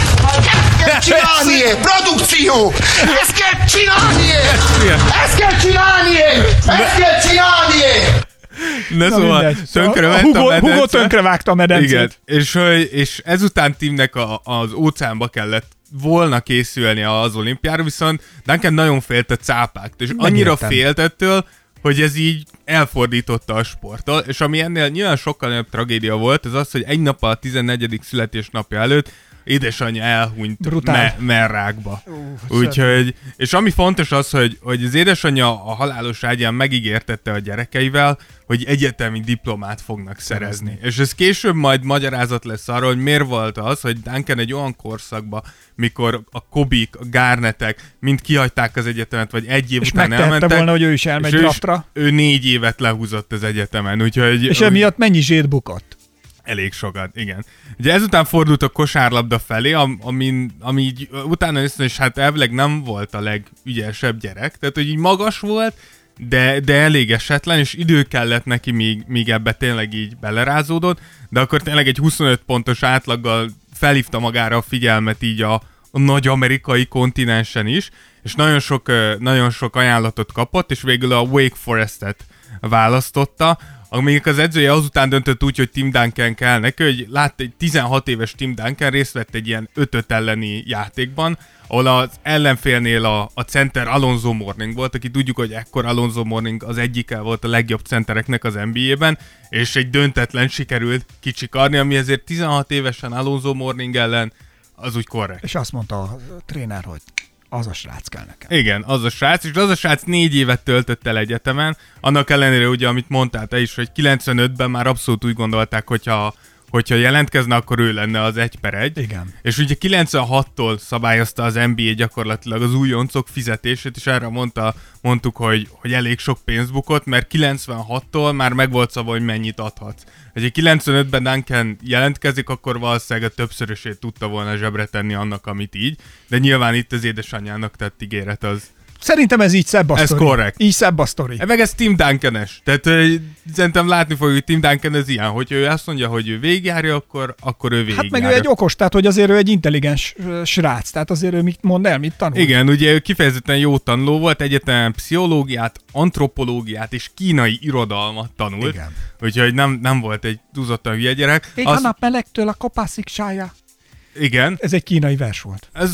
ezt kell csinálni! Produkció! Ezt kell csinálni! Ezt kell csinálni! Ezt kell csinálni!
Na szóval
mindegy.
tönkre
A
ment a medence.
Hugo tönkre vágta a medencét.
Igen, és ezután Timnek az óceánba kellett volna készülni az olimpiára, viszont Duncan nagyon félt a cápáktól, és annyira
Megértem.
félt ettől, hogy ez így elfordította a sporttól, és ami ennél nyilván sokkal nagyobb tragédia volt, az az, hogy egy nappal a 14. születésnapja előtt édesanyja elhunyt
Brutál.
merrákba. Úgyhogy, és ami fontos az, hogy az édesanyja a halálos ágyán megígértette a gyerekeivel, hogy egyetemi diplomát fognak szerezni. És ez később majd magyarázat lesz arra, hogy miért volt az, hogy Duncan egy olyan korszakban, mikor a Kobik, a Garnettek mind kihagyták az egyetemet, vagy egy év
És
után
megtehette
elmentek.
volna, hogy ő is elmegy
és
draftra.
ő 4 évet lehúzott az egyetemen, úgyhogy...
És emiatt mennyi zsét bukott?
Elég sokat, igen. Ugye ezután fordult a kosárlabda felé, ami így utána össze, és hát elvileg nem volt a legügyesebb gyerek, tehát hogy így magas volt, de elég esetlen, és idő kellett neki, míg ebbe tényleg így belerázódott, de akkor tényleg egy 25 pontos átlaggal felhívta magára a figyelmet így a nagy amerikai kontinensen is, és nagyon sok ajánlatot kapott, és végül a Wake Forest-et választotta, amíg az edzője azután döntött úgy, hogy Tim Duncan kell neki, hogy látta egy 16 éves Tim Duncan részt vett egy ilyen 5-5 elleni játékban, ahol az ellenfélnél a center Alonzo Mourning volt, aki tudjuk, hogy ekkor Alonzo Mourning az egyike volt a legjobb centereknek az NBA-ben, és egy döntetlen sikerült kicsikarni, ami ezért 16 évesen Alonzo Mourning ellen az úgy korrekt.
És azt mondta a tréner, hogy az a srác kell nekem.
Igen, az a srác, és az a srác 4 évet töltött el egyetemen, annak ellenére ugye, amit mondtál te is, hogy 95-ben már abszolút úgy gondolták, hogyha jelentkezne, akkor ő lenne az 1/1.
Igen.
És ugye 96-tól szabályozta az NBA gyakorlatilag az újoncok fizetését, és erre mondtuk, hogy elég sok pénz bukott, mert 96-tól már meg volt szabva, hogy mennyit adhatsz. Ha 95-ben Duncan jelentkezik, akkor valószínűleg a többszörösét tudta volna zsebre tenni annak, amit így, de nyilván itt az édesanyjának tett ígéret az.
Szerintem ez így szebb a
Ez
sztori.
korrekt.
Így szebb a sztori.
Meg ez Tim Duncan-es. Tehát szerintem látni fogjuk, hogy Tim Duncan ez ilyen, hogy ő azt mondja, hogy ő végigjárja, akkor ő végigjárja.
Hát meg ő egy okos, tehát hogy azért ő egy intelligens srác, tehát azért ő mit mond el, mit tanul.
Igen, ugye ő kifejezetten jó tanuló volt, egyetemen pszichológiát, antropológiát és kínai irodalmat tanult.
Igen.
Úgyhogy nem volt egy túlzottan hülye gyerek.
Ég a nap melegtől a kopászik sája.
Igen.
Ez egy kínai vers volt.
Ez...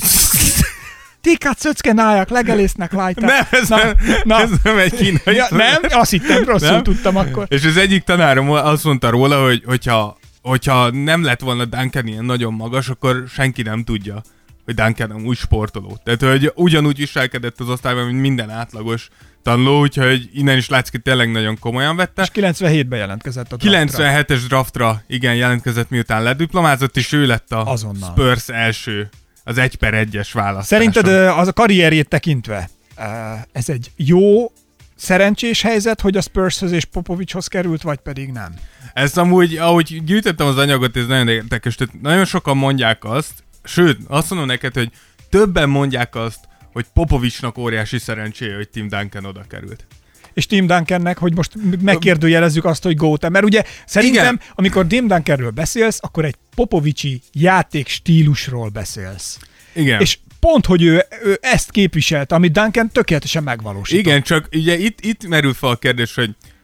Tikát szöckenájak, legelésznek lájták.
Nem, ez nem egy kínai.
Ja, nem? Azt hittem, rosszul
Nem?
tudtam akkor.
És az egyik tanárom azt mondta róla, hogyha nem lett volna Duncan ilyen nagyon magas, akkor senki nem tudja, hogy Duncan amúgy sportoló. Tehát, hogy ugyanúgy viselkedett az osztályban, mint minden átlagos tanuló, úgyhogy innen is látszik, hogy tényleg nagyon komolyan vette.
És 97-ben jelentkezett a draftra.
97-es draftra, igen, jelentkezett, miután lediplomázott, és ő lett a
Azonnal.
Spurs első, az 1/1-es választáson.
Szerinted az a karrierjét tekintve ez egy jó, szerencsés helyzet, hogy a Spurshöz és Popovicshoz került, vagy pedig nem?
Ezt amúgy, ahogy gyűjtöttem az anyagot, ez nagyon érdekes, tehát nagyon sokan mondják azt, sőt, azt mondom neked, hogy többen mondják azt, hogy Popovicsnak óriási szerencséje, hogy Tim Duncan oda került.
és Tim Duncannek, hogy most megkérdőjelezzük azt, hogy GOAT-e. Mert ugye szerintem, amikor Tim Duncanről beszélsz, akkor egy Popovicsi játék stílusról beszélsz.
Igen.
És pont, hogy ő ezt képviselte, amit Duncan tökéletesen megvalósított.
Igen, csak ugye itt merül fel a kérdés,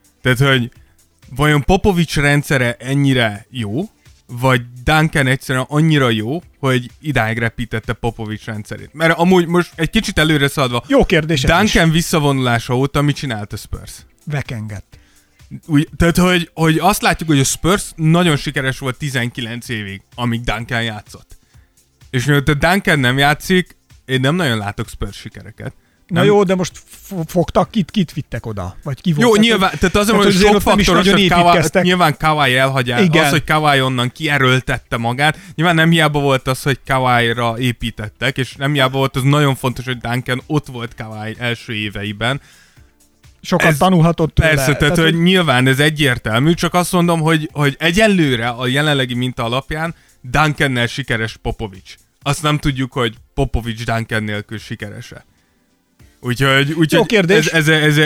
hogy vajon Popovics rendszere ennyire jó, vagy Duncan egyszerűen annyira jó, hogy idáig repítette Popovics rendszerét. Mert amúgy most egy kicsit előre szaladva,
jó kérdés.
Duncan visszavonulása óta mit csinált a Spurs?
Vekengett.
Tehát, hogy azt látjuk, hogy a Spurs nagyon sikeres volt 19 évig, amíg Duncan játszott. És mióta Duncan nem játszik, én nem nagyon látok Spurs sikereket.
Na jó, de most fogtak, kit vittek oda? Vagy ki volt?
Jó, nyilván, tehát azért, hogy sok faktoros, hogy nyilván Kawhi elhagyja, az, hogy Kawhi onnan kierőltette magát, nyilván nem hiába volt az, hogy Kawhi-ra építettek, és nem hiába volt az nagyon fontos, hogy Duncan ott volt Kawhi első éveiben.
Sokat tanulhatott tőle.
Persze, tehát hogy nyilván ez egyértelmű, csak azt mondom, hogy egyelőre a jelenlegi minta alapján Duncannel sikeres Popovics. Azt nem tudjuk, hogy Popovics Duncan nélkül sikeres-e. Úgyhogy
jó kérdés,
ez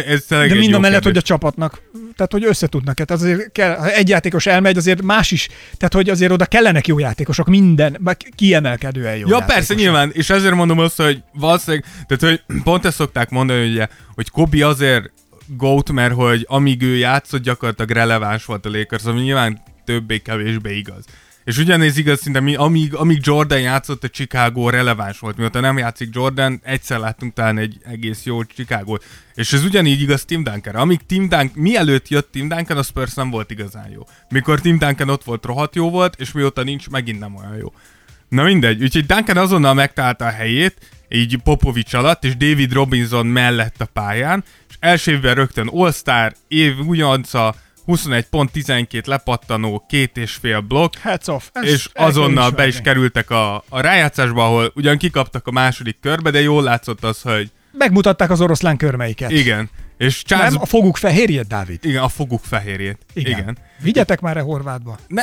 de mind a mellett, hogy a csapatnak, tehát hogy összetudnak. Tehát azért kell, ha egy játékos elmegy, azért más is, tehát hogy azért oda kellenek jó játékosok, minden, kiemelkedően jó játékosok.
Persze, nyilván, és ezért mondom azt, hogy valószínűleg, tehát hogy pont ezt szokták mondani, ugye, hogy Kobe azért GOAT, mert hogy amíg ő játszott, gyakorlatilag releváns volt a Lakers, ami nyilván többé-kevésbé igaz. És ugyanéz igaz szinte, amíg Jordan játszott, a Chicago releváns volt. Mióta nem játszik Jordan, egyszer láttunk talán egy egész jó Chicagót. És ez ugyanígy igaz Tim Duncanre. Mielőtt jött Tim Duncan, a Spurs nem volt igazán jó. Mikor Tim Duncan ott volt, rohadt jó volt, és mióta nincs, megint nem olyan jó. Na mindegy, úgyhogy Duncan azonnal megtalálta a helyét, így Popovics alatt, és David Robinson mellett a pályán, és első évben rögtön All-Star, év ugyanca, 21 pont, 12 lepattanó, 2,5 blokk, és azonnal be is kerültek a rájátszásba, ahol ugyan kikaptak a második körbe, de jól látszott az, hogy...
Megmutatták az oroszlán körmeiket.
Igen. És
nem a foguk fehérjét, Dávid?
Igen, a foguk fehérjét. Igen.
Vigyetek már Horvátba.
Ne,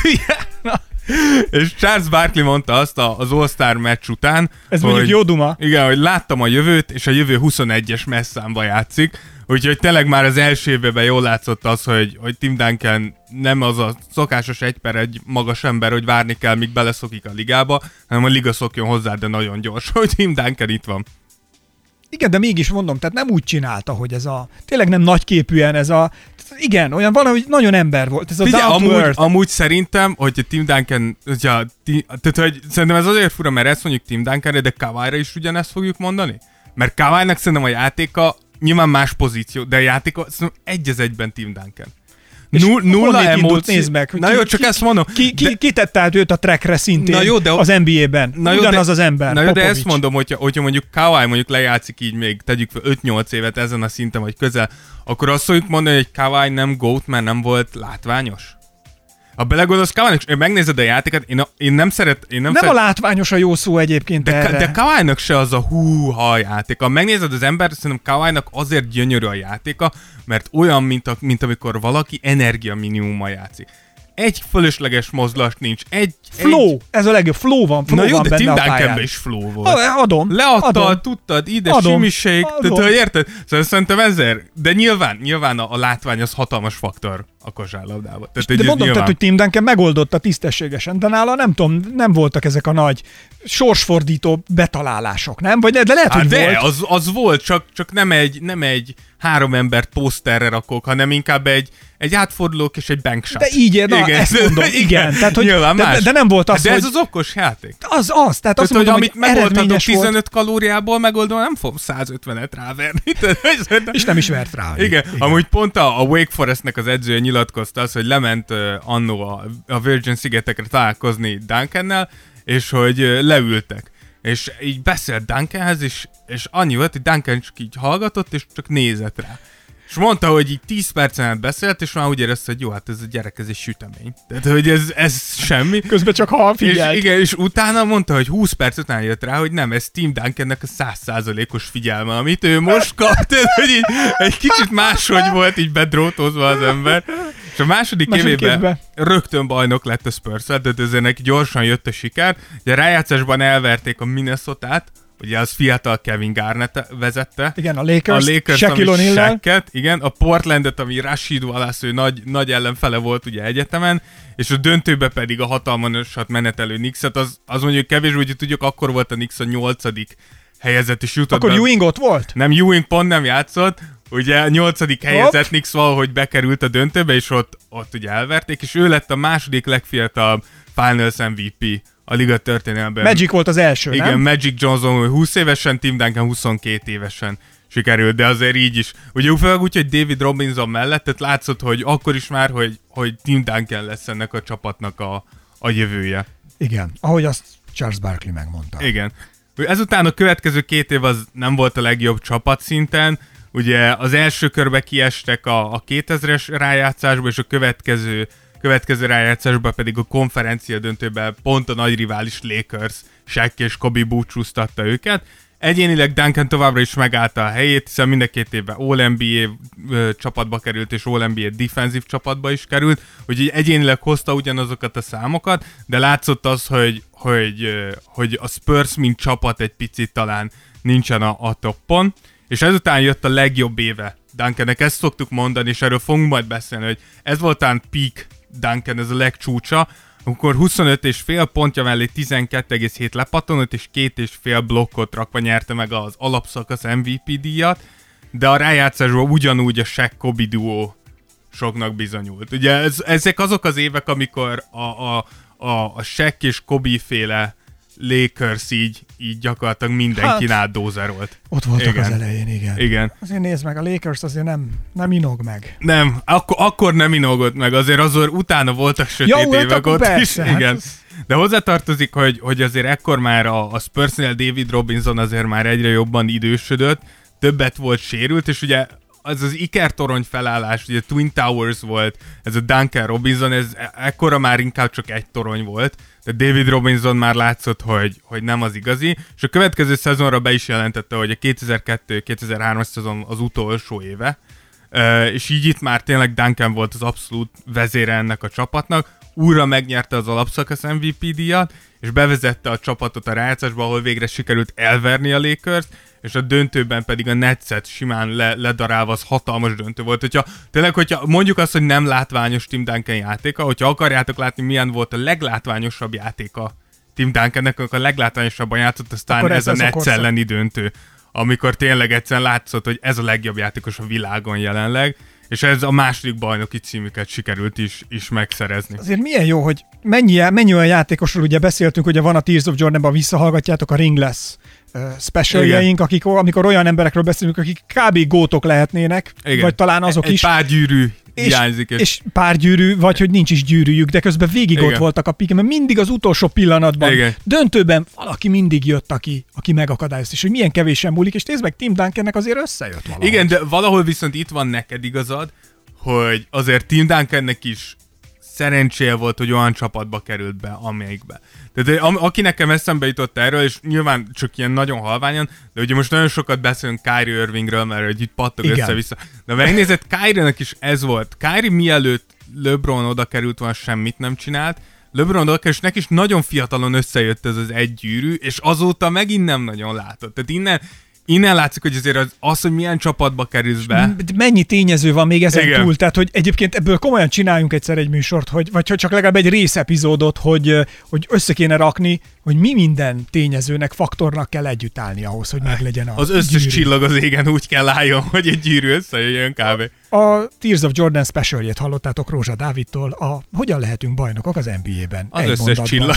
és Charles Barkley mondta azt az All-Star meccs után,
ez mondjuk jó duma.
Igen, hogy láttam a jövőt, és a jövő 21-es messzámba játszik. Úgyhogy tényleg már az első évben jól látszott az, hogy Tim Duncan nem az a szokásos 1/1 magas ember, hogy várni kell, míg beleszokik a ligába, hanem a liga szokjon hozzá, de nagyon gyors, hogy Tim Duncan itt van.
Igen, de mégis mondom, tehát nem úgy csinálta, hogy ez tényleg nem nagyképűen igen, olyan valahogy nagyon ember volt. Ez
amúgy szerintem, hogy Tim Duncan, tehát hogy szerintem ez azért fura, mert ezt mondjuk Tim Duncanre, de Kawhi-ra is ugyanezt fogjuk mondani? Mert Kawhi-nak szerintem a játéka nyilván más pozíció, de a játéka szerintem egy az egyben Tim Duncan. Nulla emóció.
Nézd meg.
Na jó, csak ezt mondom.
Ki tette át őt a trackre szintén az NBA-ben? Ugyanaz az ember.
Na jó, de ezt mondom, hogyha mondjuk Kawhi mondjuk lejátszik így még, tegyük fel 5-8 évet ezen a szinten, vagy közel, akkor azt fogjuk mondani, hogy Kawhi nem GOAT, mert nem volt látványos? Ha belegondolsz Kawhi-nak, megnézed a játékot, én nem
a látványos a jó szó egyébként
de Kawhi-nak se az a húha játék. Ha megnézed az embert, szerintem Kawhi-nak azért gyönyörű a játéka, mert olyan, mint amikor valaki energia minimummal játszik. Egy fölösleges mozdulat nincs.
Flow! Ez a legjobb. Flow van
na jó,
de
Tim Duncanben is flow volt.
Adom.
Leadtad, tudtad, ide simiség. Érted? Szóval szerintem ezért. De nyilván a látvány az hatalmas faktor a kosárlabdában.
De mondom, hogy Tim Duncan megoldotta tisztességesen, de nála nem tudom, nem voltak ezek a nagy sorsfordító betalálások, nem? Vagy de lehet, hogy
de,
volt.
Az volt, csak nem egy 3 embert poszterre rakok, hanem inkább egy átfordulók és egy bankshot.
De így ezt mondom, igen. Tehát, hogy de nem volt az,
de ez az okos játék.
Az. Tehát azt mondom,
hogy megoldható 15 kalóriából megoldva, nem fog 150-et ráverni.
És nem is vert rá.
Igen. Amúgy pont a Wake Forestnek az edzője nyilatkozta az, hogy lement annó a Virgin szigetekre találkozni Duncannel, és hogy leültek. És így beszélt Duncanhez, és annyi volt, hogy Duncan csak így hallgatott, és csak nézett rá. És mondta, hogy így 10 percen át beszélt, és már úgy érezte, hogy jó, hát ez a gyerek, ez egy sütemény. Tehát, hogy ez semmi.
Közben csak figyelt.
És utána mondta, hogy 20 perc után jött rá, hogy nem, ez Tim Duncannek a 100%-os figyelme, amit ő most kap. Tehát, hogy így egy kicsit máshogy volt így bedrótozva az ember. És a második évében rögtön bajnok lett a Spurs-el, tehát ezért neki gyorsan jött a siker. Ugye a rájátszásban elverték a Minnesotát, ugye az fiatal Kevin Garnett vezette.
Igen, a Lakers
Shaquille O'Neal-lel. Igen, a Portlandet, ami Rashid Wallace, ő nagy ellenfele volt ugye egyetemen, és a döntőbe pedig a hatalmasat menetelő Knicks-et, az mondjuk kevésbé, hogy tudjuk, akkor volt a Knicks a 8. helyezett, és jutott
Akkor Ewing ott volt?
Nem, Ewing pont nem játszott, ugye a 8. helyezett Knicks valahogy bekerült a döntőbe, és ott ugye elverték, és ő lett a második legfiatalabb Finals MVP a liga történelmében.
Magic volt az első,
igen,
nem?
Magic Johnson 20 évesen, Tim Duncan 22 évesen sikerült, de azért így is. Ugye főleg úgy, hogy David Robinson mellett, tehát látszott, hogy akkor is már, hogy Tim Duncan lesz ennek a csapatnak a jövője.
Igen, ahogy azt Charles Barkley megmondta.
Igen. Ezután a következő 2 év az nem volt a legjobb csapatszinten, ugye az első körbe kiestek a 2000-es rájátszásba, és a következő rájátszásban pedig a konferencia döntőben pont a nagy rivális Lakers, Shaq és Kobe búcsúztatta őket. Egyénileg Duncan továbbra is megállta a helyét, hiszen mind a 2 évben All-NBA csapatba került, és All-NBA defensív csapatba is került, úgyhogy egyénileg hozta ugyanazokat a számokat, de látszott az, hogy a Spurs mint csapat egy picit talán nincsen a toppon, és ezután jött a legjobb éve Duncannek, ezt szoktuk mondani, és erről fogunk majd beszélni, hogy ez volt talán peak Duncan, ez a legcsúcsa, akkor 25,5 pontja mellé 12,7 lepattanott, és 2,5 blokkot rakva nyerte meg az alapszakasz MVP díjat, de a rájátszásban ugyanúgy a Shaq-Kobe duó soknak bizonyult. Ugye ezek azok az évek, amikor a Shaq és Kobe féle Lakers így gyakorlatilag mindenkin átdózerolt.
Ott voltak az elején,
igen.
Azért nézd meg, a Lakers azért nem inog meg.
Nem, akkor nem inogott meg, azért utána voltak sötét évek ott persze, is. Igen. De hozzátartozik, hogy azért ekkor már a Spursnél David Robinson azért már egyre jobban idősödött, többet volt sérült, és ugye az ikertorony felállás, ugye Twin Towers volt, ez a Duncan Robinson, ez ekkora már inkább csak egy torony volt, de David Robinson már látszott, hogy nem az igazi, és a következő szezonra be is jelentette, hogy a 2002-2003-as szezon az utolsó éve, és így itt már tényleg Duncan volt az abszolút vezére ennek a csapatnak, újra megnyerte az alapszakasz MVP díjat, és bevezette a csapatot a rájátszásba, ahol végre sikerült elverni a Lakers, és a döntőben pedig a Netset simán ledarálva, az hatalmas döntő volt. Hogyha mondjuk azt, hogy nem látványos Tim Duncan játéka, hogyha akarjátok látni, milyen volt a leglátványosabb játéka Tim Duncannek, akkor a leglátványosabban játszott, aztán ez a Nets elleni döntő, amikor tényleg egyszerűen látszott, hogy ez a legjobb játékos a világon jelenleg, és ez a második bajnoki címüket sikerült is megszerezni.
Azért milyen jó, hogy mennyi olyan játékosról ugye beszéltünk, ugye van a Tears of Jordanban, visszahallgatjátok a Ringless specialjeink, amikor olyan emberekről beszélünk, akik kb. Gótok lehetnének, igen. Vagy talán azok
egy
is.
Pár gyűrű hiányzik.
És pár gyűrű, vagy hogy nincs is gyűrűjük, de közben végig igen. Ott voltak a piken, mert mindig az utolsó pillanatban, igen. Döntőben valaki mindig jött, aki megakadályozta, és hogy milyen kevésen múlik, és nézd meg, Tim Duncannek azért összejött valahogy.
Igen, de valahol viszont itt van neked igazad, hogy azért Tim Duncannek is szerencséje volt, hogy olyan csapatba került be, amelyikbe. Tehát aki nekem eszembe jutott erről, és nyilván csak ilyen nagyon halványan, de ugye most nagyon sokat beszélünk Kyrie Irvingről, mert hogy itt pattog össze-vissza. De megnézed, Kyrie-nek is ez volt. Kyrie mielőtt LeBron oda került, van semmit nem csinált. LeBron oda került, és neki is nagyon fiatalon összejött ez az egy gyűrű, és azóta megint nem nagyon látott. Tehát innen látszik, hogy azért az, hogy milyen csapatba kerülsz be.
Mennyi tényező van még ezen túl, tehát hogy egyébként ebből komolyan csináljunk egyszer egy műsort, vagy hogy csak legalább egy részepizódot, hogy össze kéne rakni, hogy mi minden tényezőnek, faktornak kell együtt állni ahhoz, hogy meglegyen
az összes gyűrű. Csillag az égen úgy kell álljon, hogy egy gyűrű összejöjjön kb.
A Tears of Jordan specialjét hallottátok Rózsa Dávidtól, hogyan lehetünk bajnokok az NBA-ben.
Az egy összes mondatban. Csillag.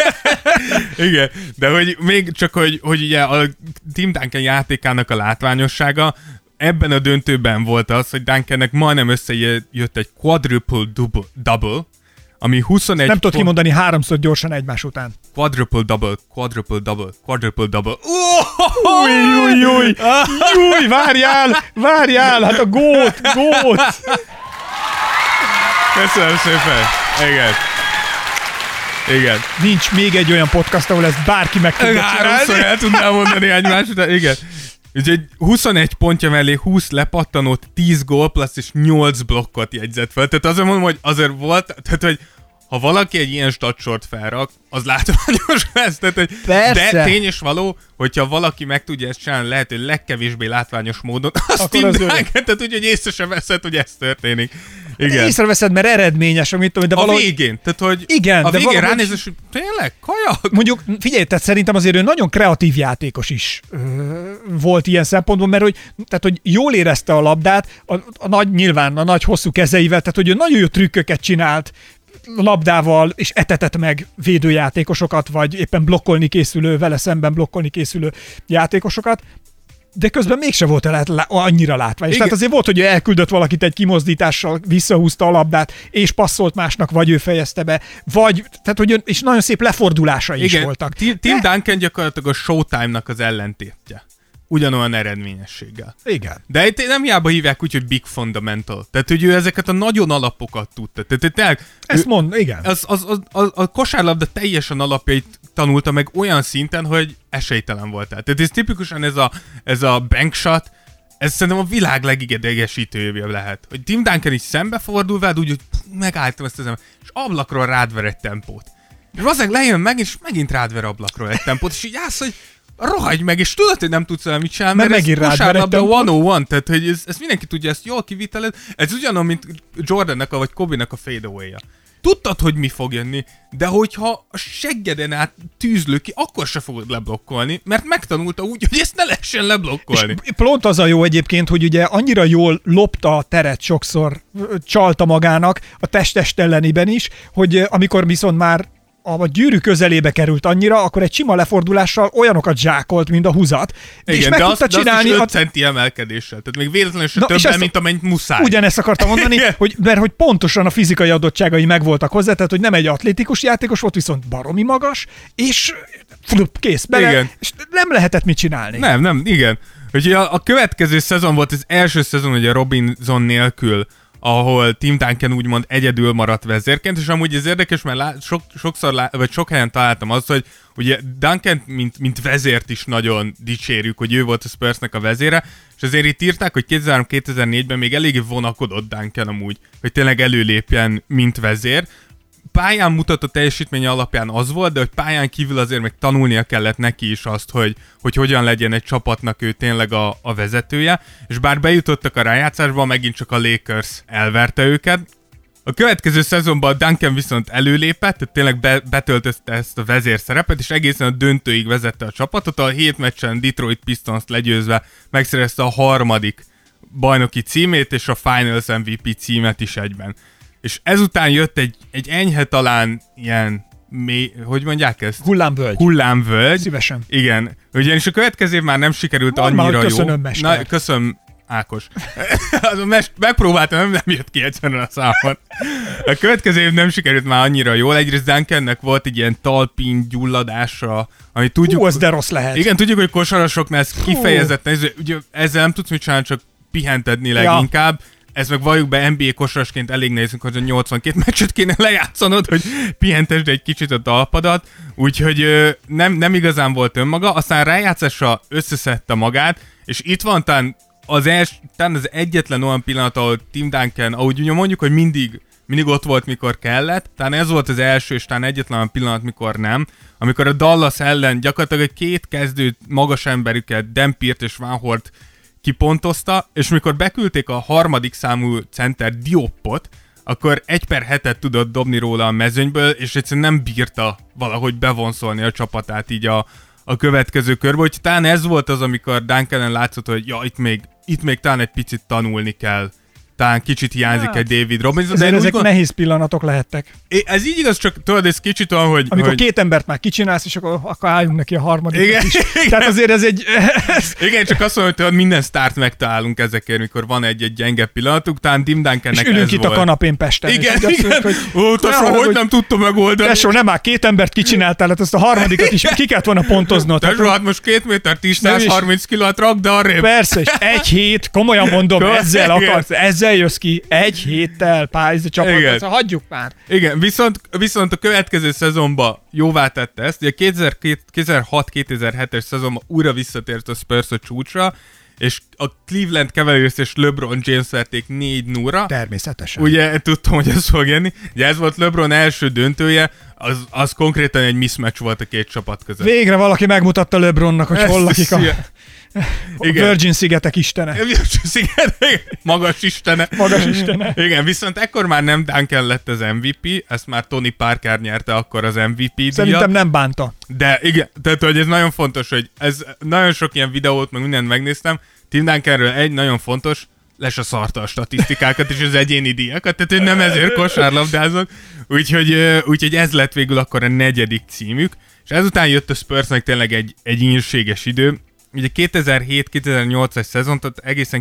Igen, de hogy még csak, hogy ugye a Tim Duncan játékának a látványossága, ebben a döntőben volt az, hogy Duncannek majdnem összejött egy quadruple double, ami 21...
Nem tudod kimondani háromszor gyorsan egymás után.
Quadruple double.
Júj, várjál, hát a gót.
Köszönöm szépen. Igen.
Nincs még egy olyan podcast, ahol ezt bárki meg tudja csinálni.
Háromszor el tudnám mondani egymás után. Igen. Úgyhogy 21 pontja mellé 20 lepattanót, 10 gól plusz és 8 blokkot jegyzett fel. Tehát azért mondom, hogy azért volt, tehát hogy ha valaki egy ilyen statsort felrak, az látványos lesz. Tehát, hogy
Persze.
De tény és való, hogyha valaki meg tudja ezt csinálni lehető legkevésbé látványos módon, azt Tim Duncan, tehát úgy, hogy észre sem veszed, hogy ez történik. Igen.
Észreveszed, mert eredményes, amit tudom, de valahogy...
A végén, tehát hogy
igen,
a
de
végén
valahogy...
ránézes, hogy tényleg, kajak?
Mondjuk, figyelj, tehát szerintem azért ő nagyon kreatív játékos is volt ilyen szempontból, mert hogy jól érezte a labdát, nyilván a nagy hosszú kezeivel, tehát hogy ő nagyon jó trükköket csinált labdával, és etetett meg védőjátékosokat, vagy éppen vele szemben blokkolni készülő játékosokat, de közben mégse volt annyira látványos. Tehát azért volt, hogy ő elküldött valakit egy kimozdítással, visszahúzta a labdát, és passzolt másnak, vagy ő fejezte be, vagy, tehát hogy és nagyon szép lefordulásai is voltak.
Tim Duncan gyakorlatilag a Showtime-nak az ellentétje. Ugyanolyan eredményességgel.
Igen.
De itt nem hiába hívják úgy, hogy Big Fundamental. Tehát, hogy ő ezeket a nagyon alapokat tudta. Tehát,
igen.
A kosárlabda teljesen alapjait tanulta meg olyan szinten, hogy esélytelen volt. Tehát ez tipikusan ez a bankshot, ez szerintem a világ legidegesítőjével lehet. Hogy Tim Duncan is szembefordul veled, úgy, hogy megálltam ezt az ember, és ablakról rádver egy tempót. És valószínűleg lejön meg, és megint rádver ablakról egy tempót, és így állsz, hogy rohagy meg, és tudod, hogy nem tudsz vele mit csinálni, mert ez kosárlabda 101, tehát hogy ez mindenki tudja, ezt jól kiviteled. Ez ugyanolyan, mint Jordannek vagy Kobe-nek a fadeaway-ja. Tudtad, hogy mi fog jönni, de hogyha a seggeden át tűzlő ki, akkor se fogod leblokkolni, mert megtanulta úgy, hogy ezt ne lehessen leblokkolni.
És pont az a jó egyébként, hogy ugye annyira jól lopta a teret, sokszor csalta magának a test elleniben is, hogy amikor viszont már a gyűrű közelébe került annyira, akkor egy sima lefordulással olyanokat zsákolt, mint a húzat.
Igen, és meg tudta csinálni... De azt is 5 centi emelkedéssel, tehát még véletlenül se többen, mint amennyit muszáj.
Ugyanezt akartam mondani, hogy pontosan a fizikai adottságai megvoltak hozzá, tehát hogy nem egy atlétikus játékos volt, viszont baromi magas, és kész bele, igen. És nem lehetett mit csinálni.
Nem, igen. Úgyhogy a következő szezon volt az első szezon, hogy a Robinson nélkül, ahol Tim Duncan úgymond egyedül maradt vezérként, és amúgy ez érdekes, mert sok helyen találtam azt, hogy ugye Duncan mint vezért is nagyon dicsérjük, hogy ő volt a Spursnek a vezére, és azért itt írták, hogy 2003-2004-ben még eléggé vonakodott Duncan amúgy, hogy tényleg előlépjen, mint vezér. Pályán mutatott teljesítménye alapján az volt, de hogy pályán kívül azért meg tanulnia kellett neki is azt, hogy hogyan legyen egy csapatnak ő tényleg a vezetője, és bár bejutottak a rájátszásba, megint csak a Lakers elverte őket. A következő szezonban Duncan viszont előlépett, tehát tényleg betöltötte ezt a vezér szerepet, és egészen a döntőig vezette a csapatot, a 7 meccsen Detroit Pistons legyőzve megszerezte a 3. bajnoki címét, és a Finals MVP címet is egyben. És ezután jött egy enyhe talán ilyen, hogy mondják ezt? Hullámvölgy.
Szívesen.
Igen. Ugyanis a következő év már nem sikerült annyira jó.
Köszönöm, mester.
Na, köszönöm, Ákos. Megpróbáltam, nem jött ki egyszerűen a számon. A következő év nem sikerült már annyira jól. Egyrészt Duncannek volt egy ilyen talpin gyulladása, ami tudjuk...
az de rossz lehet.
Igen, tudjuk, hogy kosarasoknál ez kifejezetten, ugye ezzel nem tudsz mit csinálni, csak pihentedni leginkább. Ez meg valljuk be, NBA kosarasként elég nézünk, hogy a 82 meccset kéne lejátszanod, hogy pihentesd egy kicsit a talpadat, úgyhogy nem igazán volt önmaga, aztán rájátszásra összeszedte magát, és itt van talán az egyetlen olyan pillanat, ahol Tim Duncan, ahogy ugye mondjuk, hogy mindig ott volt, mikor kellett, talán ez volt az első, és talán egyetlen olyan pillanat, mikor nem, amikor a Dallas ellen gyakorlatilag egy 2 kezdő magas emberüket, Dan Peart és Van Hort kipontozta, és mikor beküldték a 3. számú center Diopot, akkor 1/7 tudott dobni róla a mezőnyből, és egyszerűen nem bírta valahogy bevonszolni a csapatát így a következő körbe, hogy talán ez volt az, amikor Duncanen látszott, hogy ja, itt még talán egy picit tanulni kell. Talán kicsit hiányzik egy David Robinson.
De ezek nehéz pillanatok lehettek.
Ez így igaz, csak tudod, ez kicsit olyan, hogy...
Amikor 2 embert már kicsinálsz, és akkor álljunk neki a 3. is. Igen. Tehát azért ez egy...
Igen, csak azt mondom, hogy minden sztárt megtalálunk ezekért, mikor van egy gyenge pillanatuk, talán Tim Duncannek ez volt.
És ülünk itt a kanapén Pesten.
Igen. Hogy nem tudta megoldani.
Tesó, nem már 2 embert kicsináltál, hát azt a 3. is ki kellett volna pontoznod.
Tesó, hát most 2 méter 10-130 kilót rak, de arrébb.
Persze, és 1 hét, komolyan mondom, ezzel jössz ki 1 héttel pályázni csapatot, szóval hagyjuk már.
Igen, viszont a következő szezonban jóvá tette ezt, ugye 2006-2007-es szezonban újra visszatért a Spurs a csúcsra, és a Cleveland Cavaliers és LeBron James verték 4-0-ra.
Természetesen.
Ugye tudtam, hogy ez fog jönni. Ugye ez volt LeBron első döntője, az konkrétan egy mismatch volt a két csapat között.
Végre valaki megmutatta LeBronnak, hogy hol lakik a Virgin szigetek istene.
Magas istene.
Magas istene.
Igen, viszont ekkor már nem Duncan lett az MVP, ezt már Tony Parker nyerte akkor az MVP díjat.
Szerintem nem bánta.
De igen, tehát hogy ez nagyon fontos, hogy ez nagyon sok ilyen videót, meg mindent megnéztem. Tim Duncanről egy nagyon fontos, lesz a szarta a statisztikákat és az egyéni díjakat, tehát hogy nem ezért kosárlabdázok. Úgyhogy ez lett végül akkor a 4. címük, és ezután jött a Spursnek tényleg egy ínséges idő. Ugye 2007-2008-as szezon, tehát egészen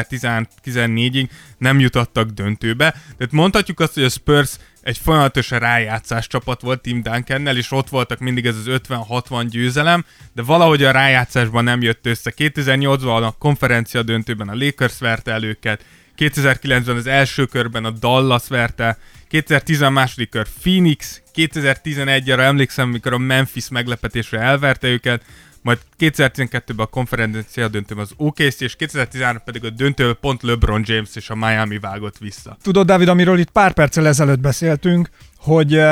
2014-ig nem jutottak döntőbe. Tehát mondhatjuk azt, hogy a Spurs egy folyamatosan rájátszás csapat volt Tim Duncannel, és ott voltak mindig ez az 50-60 győzelem, de valahogy a rájátszásban nem jött össze. 2008-ban a konferencia döntőben a Lakers verte el őket, 2009-ben az első körben a Dallas verte, 2010-ben második kör Phoenix, 2011-re emlékszem, mikor a Memphis meglepetésre elverte őket, majd 2012-ben a konferencia döntőben az OKC, és 2013-ban pedig a döntőben pont LeBron James és a Miami vágott vissza.
Tudod, Dávid, amiről itt pár perccel ezelőtt beszéltünk, hogy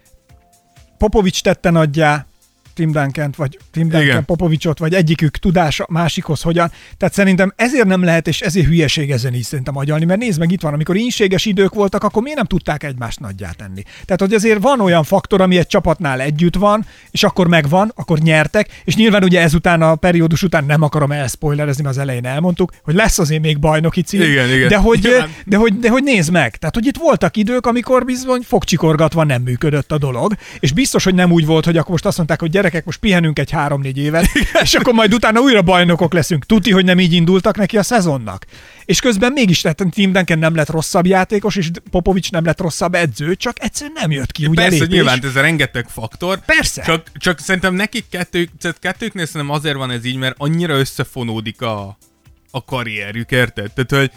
Popovics tette nagyjá Tim Duncant, vagy Tim Duncan Popovicsot, vagy egyikük tudása másikhoz hogyan. Tehát szerintem ezért nem lehet, és ezért hülyeség ezen is szerintem agyalni, mert nézd meg, itt van, amikor ínséges idők voltak, akkor miért nem tudták egymást nagyjá tenni? Tehát, hogy azért van olyan faktor, ami egy csapatnál együtt van, és akkor megvan, akkor nyertek, és nyilván ugye ezután a periódus után nem akarom elspoilerezni, mert az elején elmondtuk, hogy lesz azért még bajnoki cím,
igen.
De hogy nézd meg, tehát, hogy itt voltak idők, amikor bizony fogcsikorgatva nem működött a dolog, és biztos, hogy nem úgy volt, hogy akkor most azt mondták, hogy gyerekek, most pihenünk egy 3-4 évet, és akkor majd utána újra bajnokok leszünk. Tuti, hogy nem így indultak neki a szezonnak. És közben mégis, tehát Tim Duncan nem lett rosszabb játékos, és Popovics nem lett rosszabb edző, csak egyszerűen nem jött ki. Ugye
persze, nyilván ez a rengeteg faktor.
Persze.
Csak szerintem nekik kettőknél szerintem azért van ez így, mert annyira összefonódik a karrierjük, érted? Tehát,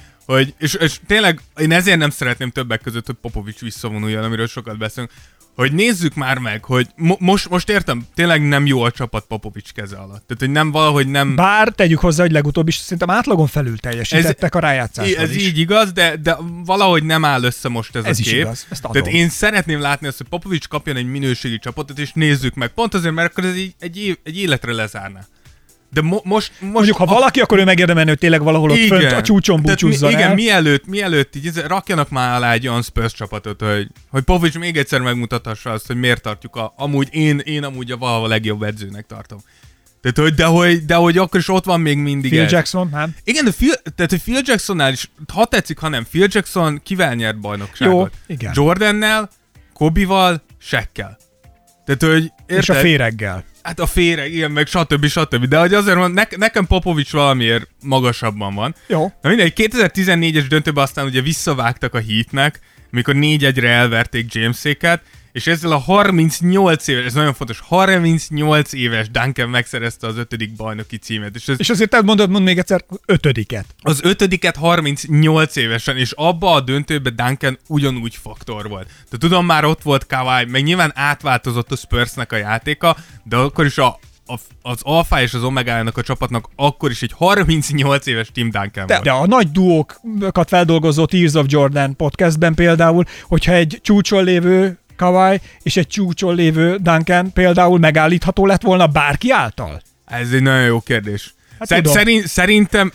és tényleg én ezért nem szeretném többek között, hogy Popovics visszavonuljon, amiről sokat beszélünk, hogy nézzük már meg, hogy most értem, tényleg nem jó a csapat Popovics keze alatt. Tehát, hogy nem valahogy nem...
Bár tegyük hozzá, hogy legutóbb is szerintem átlagon felül teljesítettek a rájátszásban
ez is. Így igaz, de valahogy nem áll össze most ez a
is
kép.
Igaz, ezt adom.
Tehát én szeretném látni azt, hogy Popovics kapjon egy minőségi csapatot, és nézzük meg. Pont azért, mert akkor ez egy életre lezárná. De most
mondjuk, ha valaki, akkor ő megérdemelni, hogy tényleg valahol ott fönt a csúcson búcsúzzon el.
Igen, mielőtt így rakjanak már alá egy olyan Spurs csapatot, hogy Popovics még egyszer megmutathassa azt, hogy miért tartjuk amúgy én amúgy a valahol legjobb edzőnek tartom. Tehát, de hogy akkor is ott van még mindig
Phil Jackson, nem?
Igen, tehát hogy Phil Jacksonnál is, ha tetszik, ha nem, Phil Jackson kivel nyert bajnokságot?
Jó, igen.
Jordannel, Kobival, Shaqkel. Tehát, hogy érted?
És a féreggel.
Hát a féreg, igen, meg stb. De hogy azért van, nekem Popovics valamiért magasabban van.
Jó.
Na mindegy, 2014-es döntőben aztán ugye visszavágtak a Heatnek, amikor 4-1-re elverték Jameséket, és ezzel a 38 éves, ez nagyon fontos, 38 éves Duncan megszerezte az 5. bajnoki címet.
És azért te mond még egyszer 5.
Az 5. 38 évesen, és abba a döntőben Duncan ugyanúgy faktor volt. De tudom, már ott volt Kawhi, meg nyilván átváltozott a Spursnek a játéka, de akkor is az alfa és az omegájának a csapatnak akkor is egy 38 éves Tim Duncan volt.
De a nagy duókat feldolgozó Tears of Jordan podcastben például, hogyha egy csúcson lévő Kawhi és egy csúcson lévő Duncan például megállítható lett volna bárki által?
Ez egy nagyon jó kérdés.
Hát
Szerintem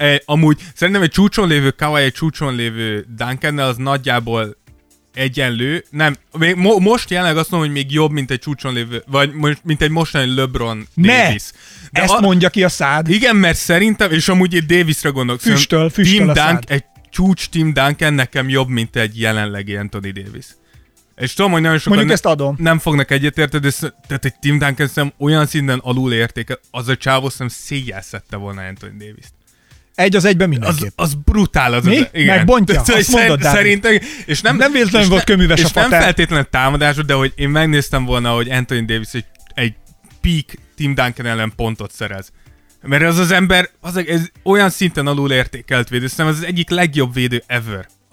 egy csúcson lévő Kawhi, egy csúcson lévő Duncannel az nagyjából egyenlő. Nem, most jelenleg azt mondom, hogy még jobb, mint egy csúcson lévő, vagy mint egy mostani LeBron Davis.
De ezt mondja ki a szád.
Igen, mert szerintem, és amúgy itt Davisra gondolok.
Füstöl a szád.
Egy csúcs Tim Duncan nekem jobb, mint egy jelenlegi Anthony Davis. És tudom, hogy nagyon sokan nem fognak egyetérteni, de tehát egy Tim Duncan szem olyan szinten alul értékel, az a csávó szem széjjel szedte volna Anthony Davis-t.
Egy az egyben mindenképp.
Az brutál az.
Mi? Igen. Megbontja? Azt mondod,
szerintem. És nem
véletlenül volt köműves a
fater. És nem feltétlenül támadásod, de hogy én megnéztem volna, hogy Anthony Davis egy peak Tim Duncan ellen pontot szerez. Mert az ember ez olyan szinten alul értékelt védő, szerintem az egyik legjobb védő ever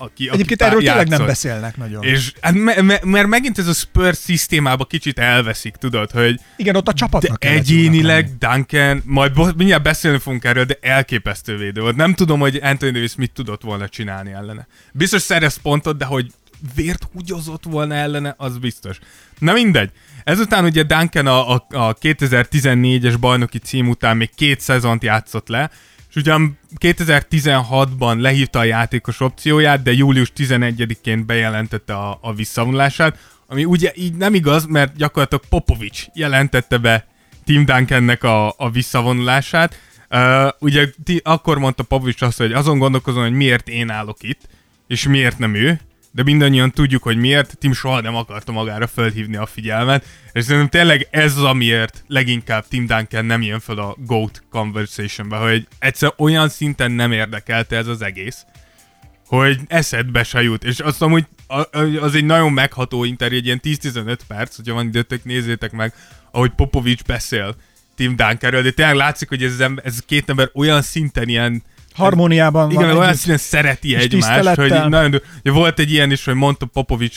Egyébként erről tényleg nem beszélnek nagyon.
És mert megint ez a Spurs szisztémába kicsit elveszik, tudod, hogy
igen, ott a csapatnak
de egyénileg Duncan, majd mindjárt beszélni fogunk erről, de elképesztő védő volt. Nem tudom, hogy Anthony Davis mit tudott volna csinálni ellene. Biztos szerez pontot, de hogy vért húgyozott volna ellene, az biztos. Na mindegy. Ezután ugye Duncan a 2014-es bajnoki cím után még 2 szezont játszott le, és ugyan 2016-ban lehívta a játékos opcióját, de július 11-én bejelentette a visszavonulását, ami ugye így nem igaz, mert gyakorlatilag Popovics jelentette be Tim Duncannek a visszavonulását. Ugye akkor mondta Popovics azt, hogy azon gondolkozom, hogy miért én állok itt, és miért nem ő, de mindannyian tudjuk, hogy miért. Tim soha nem akarta magára fölhívni a figyelmet, és szerintem tényleg ez az, amiért leginkább Tim Duncan nem jön fel a GOAT conversationbe, hogy egyszer olyan szinten nem érdekelte ez az egész, hogy eszedbe se jut. És azt mondom, hogy az egy nagyon megható interjú, egy ilyen 10-15 perc, hogyha van időtök, nézzétek meg, ahogy Popovics beszél Tim Duncanről, de tényleg látszik, hogy ez két ember olyan szinten ilyen
harmóniában
igen,
van.
Olyan színen szereti egymást, hogy nagyon, volt egy ilyen is, hogy mondta Popovics,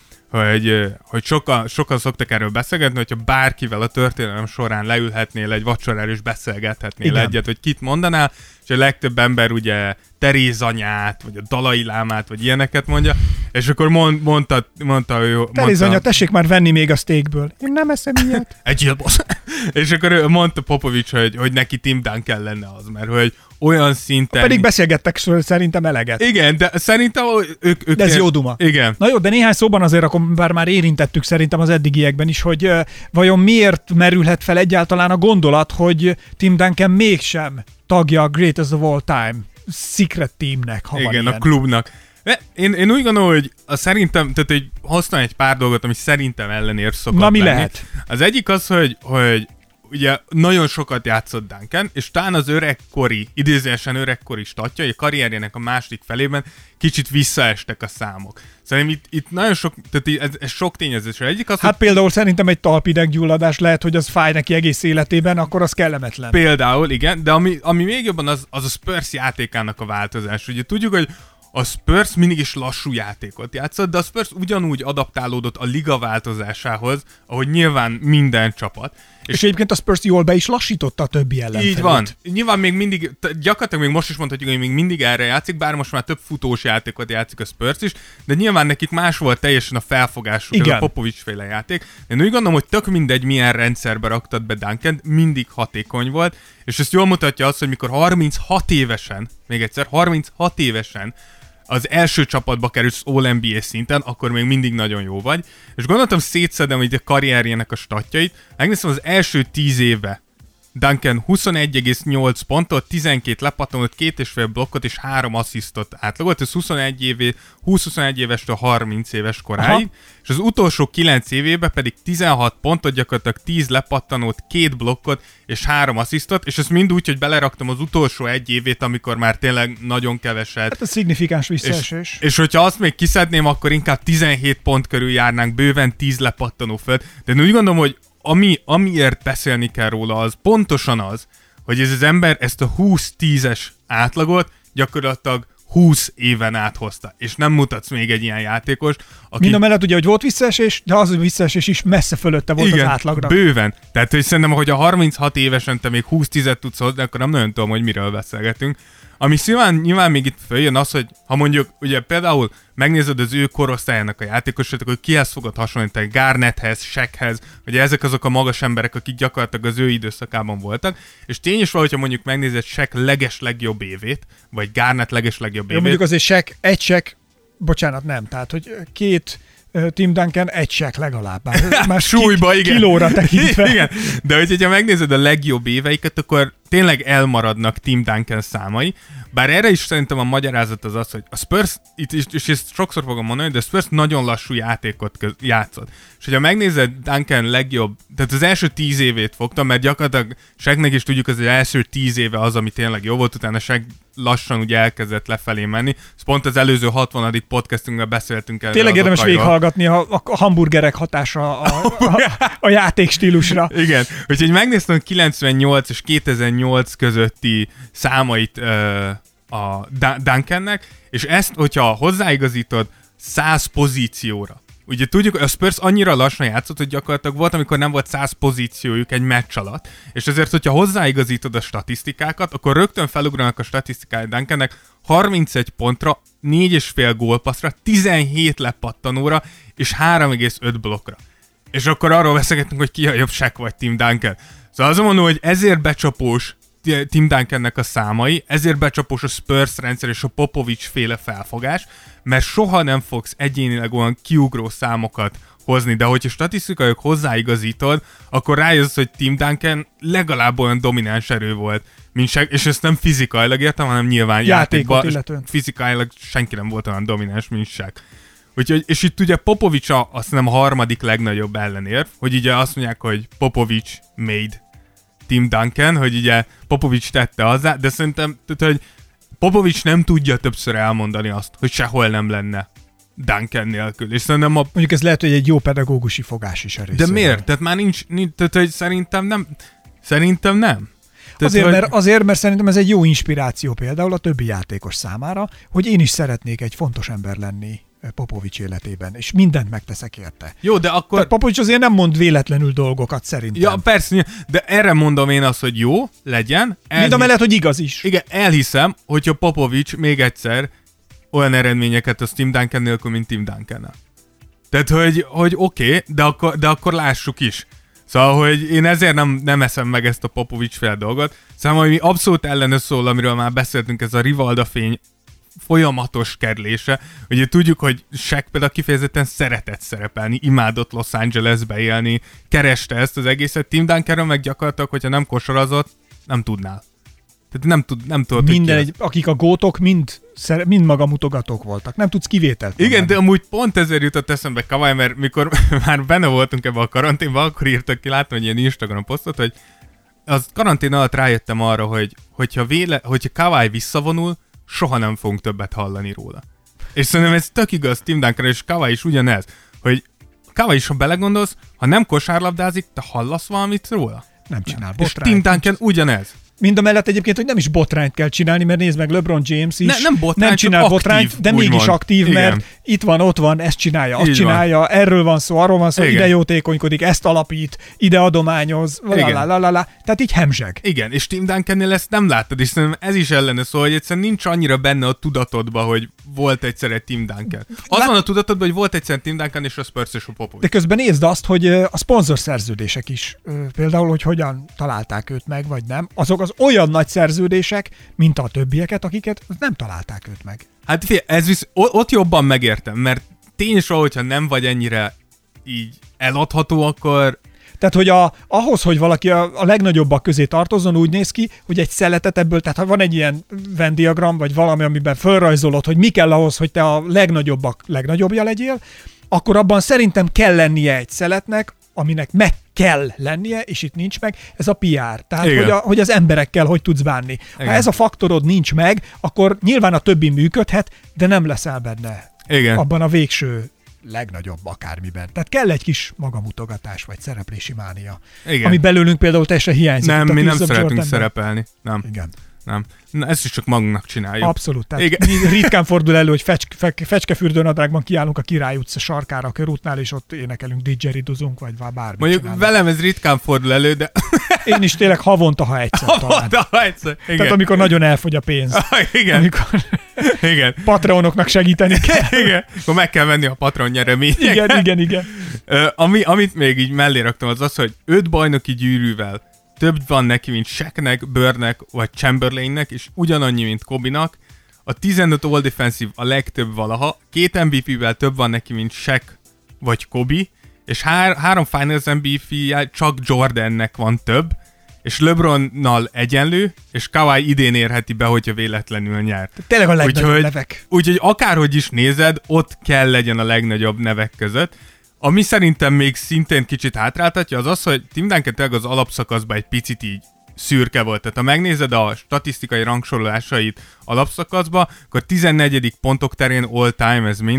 hogy sokan szoktak erről beszélgetni, hogyha bárkivel a történelem során leülhetnél egy vacsorára és beszélgethetnél egyet, hogy kit mondanál, és a legtöbb ember ugye Teréz anyát, vagy a Dalai Lámát, vagy ilyeneket mondja, és akkor mondta
Teréz anya, tessék már venni még a steakből. Én nem eszem ilyet.
Egy gyilbosz. És akkor mondta Popovics, hogy neki Tim Duncan lenne az, mert hogy olyan szinten...
Pedig beszélgettek szerintem eleget.
Igen, de szerintem ők
de ez jó duma.
Igen.
Na jó, de néhány szóban azért akkor bár már érintettük szerintem az eddigiekben is, hogy vajon miért merülhet fel egyáltalán a gondolat, hogy Tim Duncan mégsem tagja a Greatest of All Time Secret Teamnek, ha
igen,
van
a
ilyen.
klubnak. Én úgy gondolom, hogy szerintem, tehát hogy hoztam egy pár dolgot, ami szerintem ellenér szokott
na mi
lenni.
lehet?
Az egyik az, hogy ugye nagyon sokat játszott Duncan, és talán az öregkori, idézőesen öregkori statjai, a karrierjének a második felében kicsit visszaestek a számok. Szerintem itt nagyon sok, tehát ez sok tényezés. Egyik az,
hát például szerintem egy talpideggyulladás lehet, hogy az fáj neki egész életében, akkor az kellemetlen.
Például, igen, de ami még jobban az a Spurs játékának a változás. Ugye tudjuk, hogy a Spurs mindig is lassú játékot játszott, de a Spurs ugyanúgy adaptálódott a liga változásához, ahogy nyilván minden csapat.
És egyébként a Spurs jól be is lassította a többi ellenfelét.
Így van. Nyilván még mindig, gyakorlatilag még most is mondhatjuk, hogy még mindig erre játszik, bár most már több futós játékot játszik a Spurs is, de nyilván nekik más volt teljesen a felfogásuk, igen. Ez a Popovics-féle játék. Én úgy gondolom, hogy tök mindegy, milyen rendszerbe raktad be Duncant, mindig hatékony volt, és ezt jól mutatja azt, hogy mikor 36 évesen, még egyszer, 36 évesen az első csapatba kerülsz All-NBA szinten, akkor még mindig nagyon jó vagy. És gondoltam, szétszedem így a karrierjének a statjait. Megnéztem az első 10 évbe. Duncan 21,8 pontot, 12 lepattanót, 2,5 blokkot és 3 asszisztot átlagolt. Ez 20-21 évestől 30 éves koráig. Aha. És az utolsó 9 évében pedig 16 pontot, gyakorlatilag 10 lepattanót, 2 blokkot és 3 asszisztot, és ezt mind úgy, hogy beleraktam az utolsó egy évét, amikor már tényleg nagyon keveset.
Hát a szignifikáns visszaesés.
És hogyha azt még kiszedném, akkor inkább 17 pont körül járnánk, bőven 10 lepattanó föl. De én úgy gondolom, hogy amiért beszélni kell róla, az pontosan az, hogy ez az ember ezt a 20-10-es átlagot gyakorlatilag 20 éven át hozta, és nem mutatsz még egy ilyen játékos, aki...
Mind a mellett ugye, hogy volt visszaesés, de az visszaesés is messze fölötte volt
igen,
az átlagnak.
Bőven. Tehát, hogy szerintem, hogy a 36 évesen te még 20-10-et tudsz hozni, akkor nem nagyon tudom, hogy miről beszélgetünk. Ami nyilván még itt följön az, hogy ha mondjuk, ugye például megnézed az ő korosztályának a játékosát, hogy kihez fogod hasonlítani, Garnetthez, Shaqhez, ugye ezek azok a magas emberek, akik gyakorlatilag az ő időszakában voltak, és tény is van, hogyha mondjuk megnézed Shaq legeslegjobb évét, vagy Garnett legeslegjobb évét.
Mondjuk azért bocsánat, nem, tehát hogy 2 Tim Duncan egy Shaq legalább. Már
súlyba, igen.
Kilóra tekintve.
Igen. De hogyha megnézed a legjobb éveiket, akkor tényleg elmaradnak Tim Duncan számai. Bár erre is szerintem a magyarázat az, hogy a Spurs, és ezt sokszor fogom mondani, de a Spurs nagyon lassú játékot játszott. És hogyha megnézed Duncan legjobb, tehát az első 10 évét fogtam, mert gyakorlatilag Shaqnek is tudjuk, az első 10 éve az, ami tényleg jó volt, utána Shaq lassan ugye elkezdett lefelé menni. Ez pont az előző 60. podcastünkben beszéltünk el.
Tényleg érdemes végighallgatni a hamburgerek hatása a játékstílusra.
Igen, úgyhogy megnéztem 98 és 2008 közötti számait Duncannek, és ezt, hogyha hozzáigazítod 100 pozícióra, ugye tudjuk, hogy a Spurs annyira lassan játszott, hogy gyakorlatilag volt, amikor nem volt 100 pozíciójuk egy meccs alatt, és ezért, hogyha hozzáigazítod a statisztikákat, akkor rögtön felugranak a statisztikája Duncannek 31 pontra, 4,5 gólpasszra, 17 lepattanóra és 3,5 blokkra. És akkor arról beszélgetünk, hogy ki a jobb Shaq vagy Tim Duncan. Szóval azon mondom, hogy ezért becsapós Tim Duncannek a számai, ezért becsapós a Spurs rendszer és a Popovics féle felfogás, mert soha nem fogsz egyénileg olyan kiugró számokat hozni, de hogyha statisztikaiak hozzáigazítod, akkor rájössz, hogy Tim Duncan legalább olyan domináns erő volt, mint Shaq, és ezt nem fizikailag értem, hanem nyilván játékban fizikailag senki nem volt olyan domináns, mint Shaq. Úgyhogy, és itt ugye Popovics azt nem a harmadik legnagyobb ellenérv, hogy ugye azt mondják, hogy Popovics made Tim Duncan, hogy ugye Popovics tette hozzá, de szerintem, hogy Popovics nem tudja többször elmondani azt, hogy sehol nem lenne Duncan nélkül. És szerintem
mondjuk ez lehet, hogy egy jó pedagógusi fogás is a részéről.
De miért? Tehát már nincs tehát, hogy szerintem nem. Tehát,
azért, mert szerintem ez egy jó inspiráció például a többi játékos számára, hogy én is szeretnék egy fontos ember lenni Popovics életében, és mindent megteszek érte.
Jó, de akkor...
Tehát Popovics azért nem mond véletlenül dolgokat szerintem.
Ja, persze, de erre mondom én azt, hogy jó, legyen.
Mind a mellett, hogy igaz is.
Igen, elhiszem, hogyha Popovics még egyszer olyan eredményeket az Tim Duncan nélkül, mint Tim Duncan-nel. Tehát, hogy oké, de akkor lássuk is. Szóval, hogy én ezért nem eszem meg ezt a Popovics fél dolgot. Szóval, ami abszolút ellene szól, amiről már beszéltünk, ez a Rivalda fény folyamatos kerülése. Ugye tudjuk, hogy Shaq például kifejezetten szeretett szerepelni, imádott Los Angelesbe élni, kereste ezt az egészet. Tim Duncanről meg gyakorlatilag, hogyha nem kosarazott, nem tudnál. Tehát nem tudod,
akik a gótok mind magamutogatók voltak. Nem tudsz kivételt mondani.
Igen, de amúgy pont ezért jutott eszembe Kawhi, mert mikor már benne voltunk ebbe a karanténban, akkor írtak ki, láttam egy ilyen Instagram posztot, hogy az karantén alatt rájöttem arra, hogyha Kawhi visszavonul, soha nem fogunk többet hallani róla. És szerintem ez tök igaz Tim Duncan, és Kawhi is ugyanez, hogy Kawhi is, ha belegondolsz, ha nem kosárlabdázik, te hallasz valamit róla?
Nem csinál
botrányt. És Tim Duncan ugyanez.
Mind a mellett egyébként, hogy nem is botrányt kell csinálni, mert nézd meg, LeBron James is nem csinál botrányt, de mégis aktív, igen. Mert itt van, ott van, ezt csinálja, azt csinálja, erről van szó, arról van szó, igen. Ide jótékonykodik, ezt alapít, ide adományoz, tehát így hemzseg.
Igen, és Tim Duncannél ezt nem láttad, és szerintem ez is ellene szól, hogy egyszerűen nincs annyira benne a tudatodban, hogy volt egyszer egy Tim Duncan. Az van a tudatodban, hogy volt egyszer Tim Duncan és a Spurs és a Popovics.
De közben nézd azt, hogy a szponzor szerződések is, például, hogy hogyan találták őt meg, vagy nem, azok az olyan nagy szerződések, mint a többieket, akiket nem találták őt meg.
Hát ott jobban megértem, mert tény is, hogyha nem vagy ennyire így eladható, akkor...
Tehát, hogy ahhoz, hogy valaki a legnagyobbak közé tartozzon, úgy néz ki, hogy egy szeletet ebből, tehát ha van egy ilyen Venn diagram, vagy valami, amiben felrajzolod, hogy mi kell ahhoz, hogy te a legnagyobbak legnagyobbja legyél, akkor abban szerintem kell lennie egy szeletnek, aminek meg kell lennie, és itt nincs meg, ez a PR. Tehát, hogy az emberekkel hogy tudsz bánni. Igen. Ha ez a faktorod nincs meg, akkor nyilván a többi működhet, de nem leszel benne abban a végső legnagyobb akármiben. Tehát kell egy kis magamutogatás, vagy szereplési mánia. Igen. Ami belőlünk például teljesen hiányzik.
Nem, mi nem szeretünk szerepelni. Nem.
Igen.
Nem. Na, ezt is csak magunknak csináljuk.
Abszolút. Tehát ritkán fordul elő, hogy fecskefürdőnadrágban kiállunk a Király utca sarkára a körútnál, és ott énekelünk, didgeridozunk, vagy bármit
mondjuk
csinálunk.
Velem ez ritkán fordul elő, de...
Én is tényleg havonta, ha egyszer talán.
Igen.
Tehát amikor nagyon elfogy a pénz.
Igen.
Amikor patronoknak segíteni kell.
Igen. Akkor meg kell venni a patron nyereményeket.
Igen.
Amit még így mellé raktam, az, hogy 5 bajnoki gyűrűvel több van neki, mint Shaqnek, Birdnek vagy Chamberlainnek, és ugyanannyi, mint Kobinak. A 15 All-Defensive a legtöbb valaha. 2 MVP-vel több van neki, mint Shaq vagy Kobe, és 3 Finals MVP-jel csak Jordannek van több, és LeBronnal egyenlő, és Kawhi idén érheti be, hogyha véletlenül nyer.
Tényleg a legnagyobb nevek.
Úgyhogy akárhogy is nézed, ott kell legyen a legnagyobb nevek között. Ami szerintem még szintén kicsit hátráltatja, az az, hogy Tim Duncan tényleg az alapszakaszban egy picit így szürke volt. Tehát ha megnézed a statisztikai rangsorolásait alapszakaszba, akkor 14. pontok terén all time ez mind,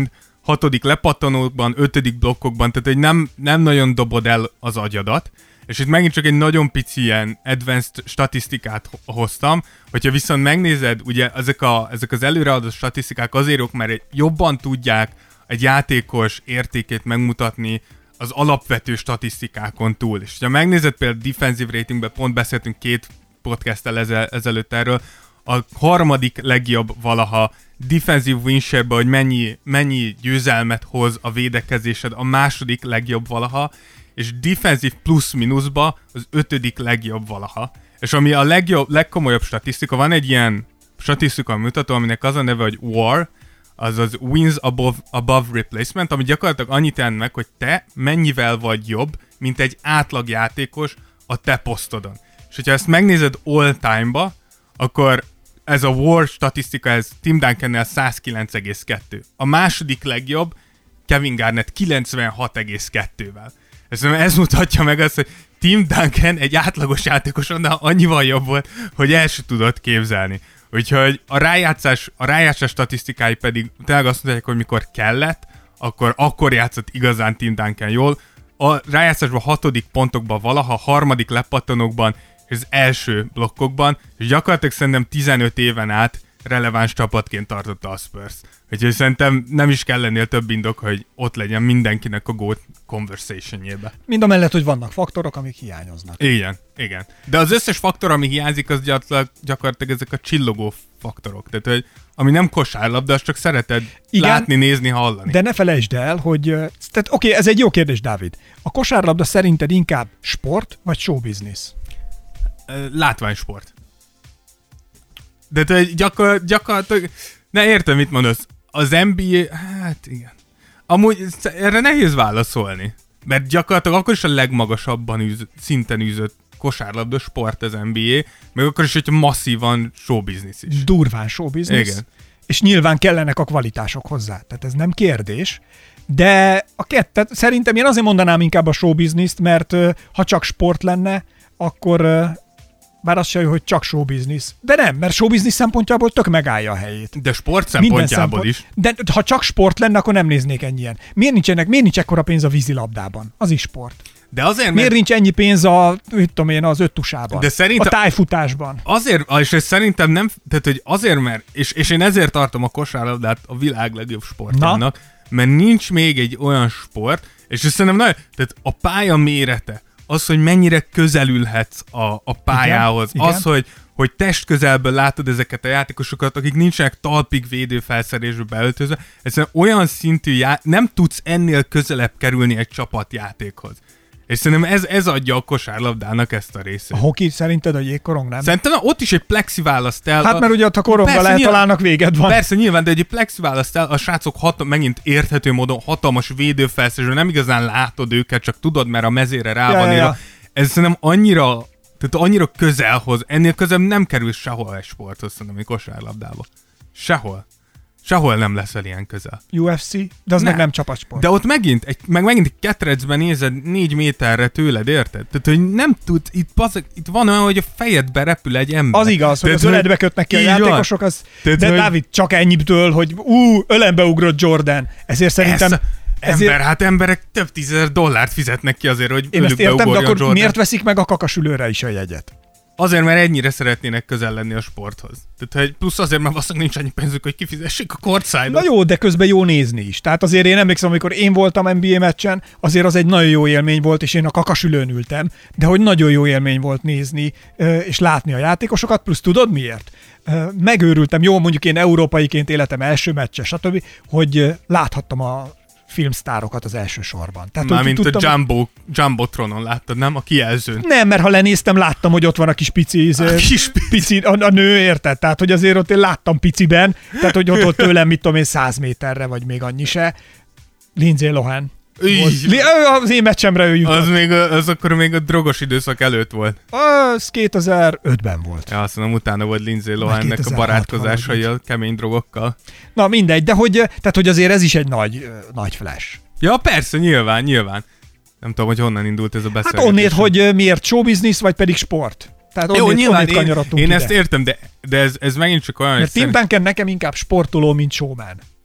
6. lepattanókban, 5. blokkokban, tehát hogy nem nagyon dobod el az agyadat, és itt megint csak egy nagyon pici ilyen advanced statisztikát hoztam, hogyha viszont megnézed, ugye ezek az előreadott statisztikák azért jók, mert jobban tudják egy játékos értékét megmutatni az alapvető statisztikákon túl. És ha megnézed például defensive ratingben, pont beszéltünk 2 podcasttel ezelőtt erről, a 3. legjobb valaha defensive win share-be, hogy mennyi győzelmet hoz a védekezésed, a 2. legjobb valaha, és defensive plusz-minuszba az 5. legjobb valaha. És ami a legkomolyabb statisztika, van egy ilyen statisztika mutató, aminek az a neve, hogy WAR, azaz Wins Above Replacement, ami gyakorlatilag annyit jelent meg, hogy te mennyivel vagy jobb, mint egy átlagjátékos a te posztodon. És hogyha ezt megnézed all time-ba, akkor ez a WAR statisztika, ez Tim Duncannel 109,2. A 2. legjobb Kevin Garnett 96,2-vel. Ez mutatja meg azt, hogy Tim Duncan egy átlagos játékos annál annyival jobb volt, hogy el se tudott képzelni. Úgyhogy a rájátszás statisztikái pedig tényleg azt mondják, hogy mikor kellett, akkor játszott igazán Tim Duncan jól. A rájátszásban 6. pontokban valaha, 3. lepattanókban és az első blokkokban, és gyakorlatilag szerintem 15 éven át releváns csapatként tartotta a Spurs. Úgyhogy szerintem nem is kell lennél több indok, hogy ott legyen mindenkinek a GOAT conversation-jébe.
Mind a mellett, hogy vannak faktorok, amik hiányoznak.
Igen. De az összes faktor, ami hiányzik, az gyakorlatilag ezek a csillogó faktorok. Tehát, hogy ami nem kosárlabda, azt csak szereted látni, nézni, hallani.
De ne felejtsd el, hogy... Tehát oké, ez egy jó kérdés, Dávid. A kosárlabda szerinted inkább sport, vagy showbusiness?
Látványsport. De te gyakorlatilag... Ne értem, mit mondasz. Az NBA... Hát igen. Amúgy erre nehéz válaszolni. Mert gyakorlatilag akkor is a legmagasabban szinten űzött kosárlabda sport az NBA, meg akkor is, hogy masszívan showbusiness is.
Durván showbusiness.
Igen.
És nyilván kellenek a kvalitások hozzá. Tehát ez nem kérdés. De tehát szerintem én azért mondanám inkább a showbusiness-t, mert ha csak sport lenne, akkor... Bár az sem jó, hogy csak showbusiness. De nem, mert showbusiness szempontjából tök megállja a helyét.
De sport szempontjából is.
De ha csak sport lenne, akkor nem néznék ennyien. Miért nincs ekkora pénz a vízilabdában? Az is sport.
De azért,
miért nincs ennyi pénz az öttusában? De szerintem, a tájfutásban?
Azért, és szerintem nem, tehát hogy azért, mert, és én ezért tartom a kosárlabdát a világ legjobb sportjának, mert nincs még egy olyan sport, és szerintem nagyon, tehát a pálya mérete, az, hogy mennyire közelülhetsz a pályához, igen. Az, hogy testközelből látod ezeket a játékosokat, akik nincsenek talpig védőfelszerelésbe beöltözve, egyszerűen olyan szintű nem tudsz ennél közelebb kerülni egy csapatjátékhoz. És szerintem ez adja a kosárlabdának ezt a részét.
A hoki szerinted a jégkorong nem?
Szerintem ott is egy plexi választ el.
Hát mert ugye ott a koronggal eltalálnak véged van.
Persze nyilván, de egy plexi választ el, a srácok megint érthető módon hatalmas védőfelszerelésre, nem igazán látod őket, csak tudod, mert a mezére rá van írva. Ez szerintem annyira közelhoz, ennél közel nem kerül sehol egy sporthoz, szerintem, egy kosárlabdába. Sehol nem leszel ilyen közel.
UFC? De az meg nem csapatsport.
De ott megint egy ketrecben nézed 4 méterre tőled, érted? Tehát, hogy nem tud, itt van olyan, hogy a fejedbe repül egy ember.
Az igaz, hogy az öledbe kötnek ki a játékosok, de Dávid, csak ennyitől, hogy ölembe ugrott Jordan. Ezért szerintem...
Emberek több $10,000 fizetnek ki azért, hogy
én ezt értem, de akkor
Jordan.
Miért veszik meg a kakasülőre is a jegyet?
Azért, mert ennyire szeretnének közel lenni a sporthoz. Tehát, hogy plusz azért, mert valószínűleg nincs annyi pénzük, hogy kifizessék a courtside-ot.
Na jó, de közben jó nézni is. Tehát azért én emlékszem, amikor én voltam NBA meccsen, azért az egy nagyon jó élmény volt, és én a kakasülőn ültem, de hogy nagyon jó élmény volt nézni és látni a játékosokat, plusz tudod miért? Megőrültem, jó, mondjuk én európaiként életem első meccse, stb., hogy láthattam a filmsztárokat az első sorban.
Mármint a Jumbotronon láttad, nem? A kijelzőn.
Nem, mert ha lenéztem, láttam, hogy ott van a kis pici a nő, érted? Tehát, hogy azért ott én láttam piciben, tehát, hogy ott volt tőlem, mit tudom én, 100 méterre, vagy még annyi se. Lindsay Lohan. Az én meccsemre ő jutott.
Az akkor még a drogos időszak előtt volt.
Az 2005-ben volt.
Ja, azt mondom, utána volt Lindsay Lohannek a barátkozásai a kemény drogokkal.
Na mindegy, de hogy azért ez is egy nagy flash.
Ja, persze, nyilván. Nem tudom, hogy honnan indult ez a beszélgetés.
Hát onnét, hogy miért showbusiness, vagy pedig sport. Tehát
jó, nyilván én
ide.
Ezt értem, de ez megint csak olyan...
Mert Tim Duncan nekem inkább sportoló, mint showman.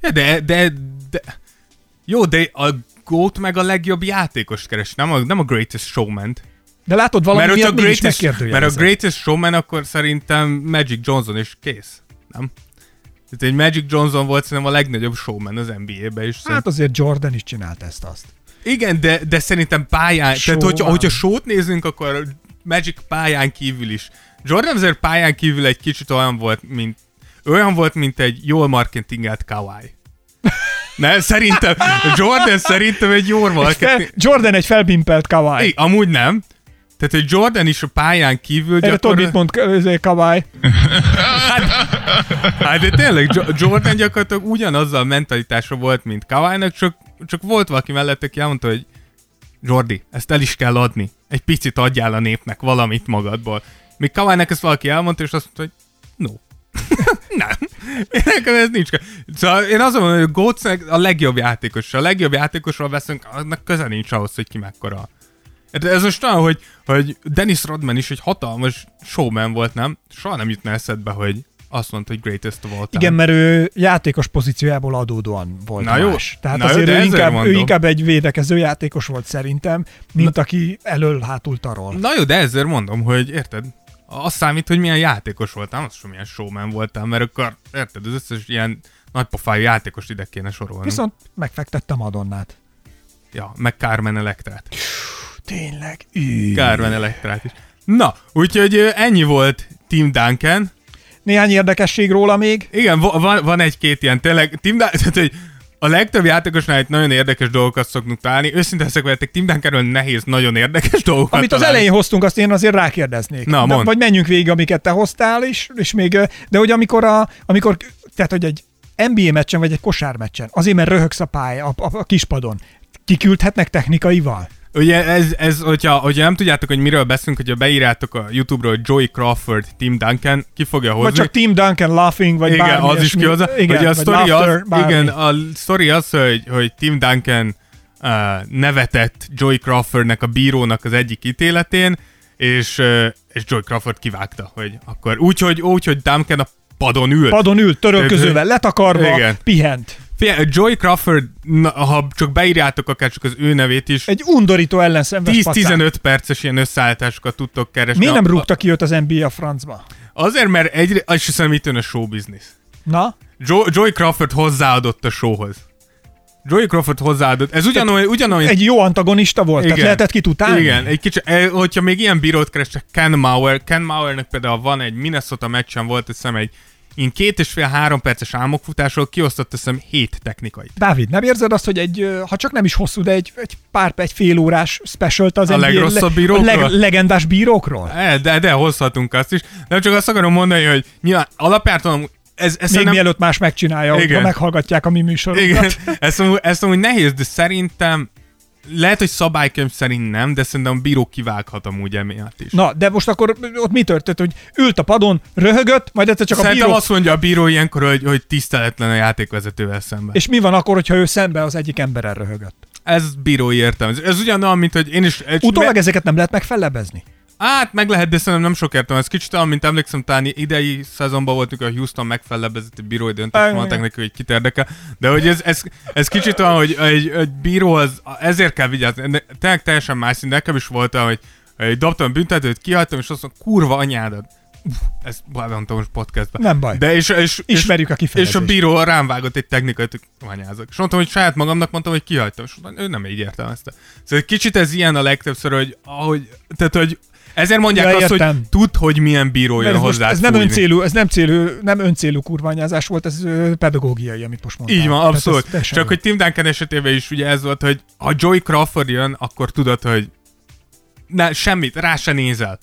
De jó, de a GOAT meg a legjobb játékost keres, nem a Greatest Showman-t.
De látod, valami miatt mégis megkérdőjelezett.
Mert a Greatest Showman akkor szerintem Magic Johnson és kész, nem? Tehát egy Magic Johnson volt szerintem a legnagyobb showman az NBA-ben is.
Hát azért Jordan is csinált ezt-azt.
Igen, de szerintem pályán, tehát hogyha show-t nézünk, akkor Magic pályán kívül is. Jordan azért pályán kívül egy kicsit olyan volt, mint egy jól marketingelt Kawhi. Ne, szerintem, Jordan szerintem egy jól marketing...
Jordan egy felpimpelt Kawhi.
Amúgy nem. Tehát, hogy Jordan is a pályán kívül
gyakorlatilag... Tudod, mit mond Kawhi?
Hát de tényleg, Jordan gyakorlatilag ugyanazzal a mentalitásra volt, mint Kawhi-nak, csak volt valaki mellett, aki elmondta, hogy Jordi, ezt el is kell adni. Egy picit adjál a népnek valamit magadból. Míg Kawhi-nak ezt valaki elmondta, és azt mondta, hogy no. Nem. Nekem ez nincs. Szóval én azt mondom, hogy GOAT a legjobb játékos. A legjobb játékosról beszélünk, annak köze nincs ahhoz, hogy ki mekkora. Ez most olyan, hogy Dennis Rodman is egy hatalmas showman volt, nem? Soha nem jutna eszedbe, hogy azt mondta, hogy greatest of all time.
Igen, mert ő játékos pozíciójából adódóan volt
na
más. Tehát azért ő inkább egy védekező játékos volt szerintem, mint aki elől-hátul tarol.
Na jó, de ezért mondom, hogy érted? Az számít, hogy milyen játékos voltál, az sem milyen showman voltál, mert akkor, érted, az összes ilyen nagypofájú játékos ide kéne sorolni.
Viszont megfektettem Madonnát.
Ja, meg Carmen Electrát.
Tényleg.
Carmen Electrát is. Na, úgyhogy ennyi volt Tim Duncan.
Néhány érdekesség róla még.
Igen, van egy-két ilyen, tényleg, Tim Duncan, tehát, hogy a legtöbb játékosnál itt nagyon érdekes dolgokat szoktunk találni. Őszintén ezek veletek, Tim Duncanről nehéz nagyon érdekes dolgokat
amit
találni.
Az elején hoztunk, azt én azért rákérdeznék.
Na, mondd.
Vagy menjünk végig, amiket te hoztál is, és még, de hogy amikor tehát, hogy egy NBA meccsen, vagy egy kosármeccsen, azért, mert röhögsz a pálya, a kispadon, kiküldhetnek technikaival?
Ugye ez hogyha nem tudjátok, hogy miről beszélünk, hogyha beírjátok a YouTube-ról, hogy Joey Crawford, Tim Duncan, ki fogja hozni.
Vagy csak Tim Duncan laughing, vagy
igen,
bármi.
Az is kihozza.
Igen,
a sztori az, hogy Tim Duncan nevetett Joey Crawfordnek, a bírónak az egyik ítéletén, és Joey Crawford kivágta, hogy akkor úgy, hogy Duncan a padon ült.
Padon ült, törölközővel letakarva, igen. Pihent.
Joey Crawford, ha csak beírjátok akár csak az ő nevét is,
egy undorító ellenszenves
10-15 perces ilyen összeállításokat tudtok keresni.
Miért nem rúgta ki őt az NBA a francba?
Azért, mert azt hiszem, itt jön a show business.
Na?
Joey Crawford hozzáadott a showhoz. Joey Crawford hozzáadott. Ez ugyanolyan...
Egy jó antagonista volt, igen. Tehát lehetett kitutálni?
Igen, egy kicsit, hogyha még ilyen bírót kerestek, Ken Mauernek például van egy Minnesota meccsen volt, hiszem egy 2,5-3 perces álmokfutásról kiosztott, hiszem 7 technikait.
Dávid, nem érzed azt, hogy ha csak nem is hosszú, de egy fél órás specialt az
a NBA legrosszabb bírókról?
Legendás bírókról?
De hozhatunk azt is. De csak azt akarom mondani, hogy nyilván alapjártan
még mielőtt más megcsinálja, ha meghallgatják a mi műsorunkat.
Igen, ezt amúgy nehéz, de szerintem lehet, hogy szabálykönyv szerint nem, de szerintem a bíró kivághat amúgy emiatt is.
Na, de most akkor ott mi történt, hogy ült a padon, röhögött, majd egyszer csak
szerintem
a bíró...
azt mondja a bíró ilyenkor, hogy tiszteletlen a játékvezetővel szemben.
És mi van akkor, hogyha ő szembe az egyik emberrel röhögött?
Ez bírói értelmezés. Ez ugyanolyan, mint hogy én is...
Utólag ezeket nem lehet megfellebezni?
Hát meg lehet, de szerintem nem sok értelme. Ez kicsit olyan, mint emlékszem, talán idei szezonban voltunk, a Houston megfellebbezett egy bírói döntés, mondták neki, hogy kit érdekel. De hogy ez kicsit olyan, hogy egy bíró ezért kell vigyázni. Tényleg teljesen más szín. Nekem is volt olyan, hogy dobtam a büntetőt, kihagytam, és azt mondom, kurva anyádat. Ezt mondtam most podcastban.
Nem baj.
De
ismerjük a kifejezést.
És a bíró rám vágott egy technikát, hogy anyázok. És mondtam, hogy saját magamnak mondtam, hogy kihagytam. És mondtam, ő nem így értelmezte. Szóval kicsit ez ilyen a legtöbbször, hogy ezért mondják azt, hogy tudd, hogy milyen bíró jön hozzá.
Ez nem öncélú kurványázás volt, ez pedagógiai, amit most mondtál.
Így van, abszolút. Csak hogy Tim Duncan esetében is ugye ez volt, hogy ha Joey Crawford jön, akkor tudod, hogy semmit, rá se nézel.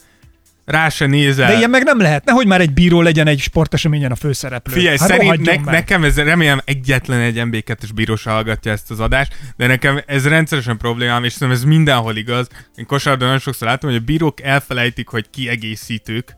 De
ilyen meg nem lehet. Nehogy már egy bíró legyen egy sporteseményen a főszereplő.
Figyelj, nekem ez remélem egyetlen egy MB2-es bírós hallgatja ezt az adást, de nekem ez rendszeresen problémám, és szerintem ez mindenhol igaz. Én kosárlabdában nagyon sokszor látom, hogy a bírók elfelejtik, hogy kiegészítők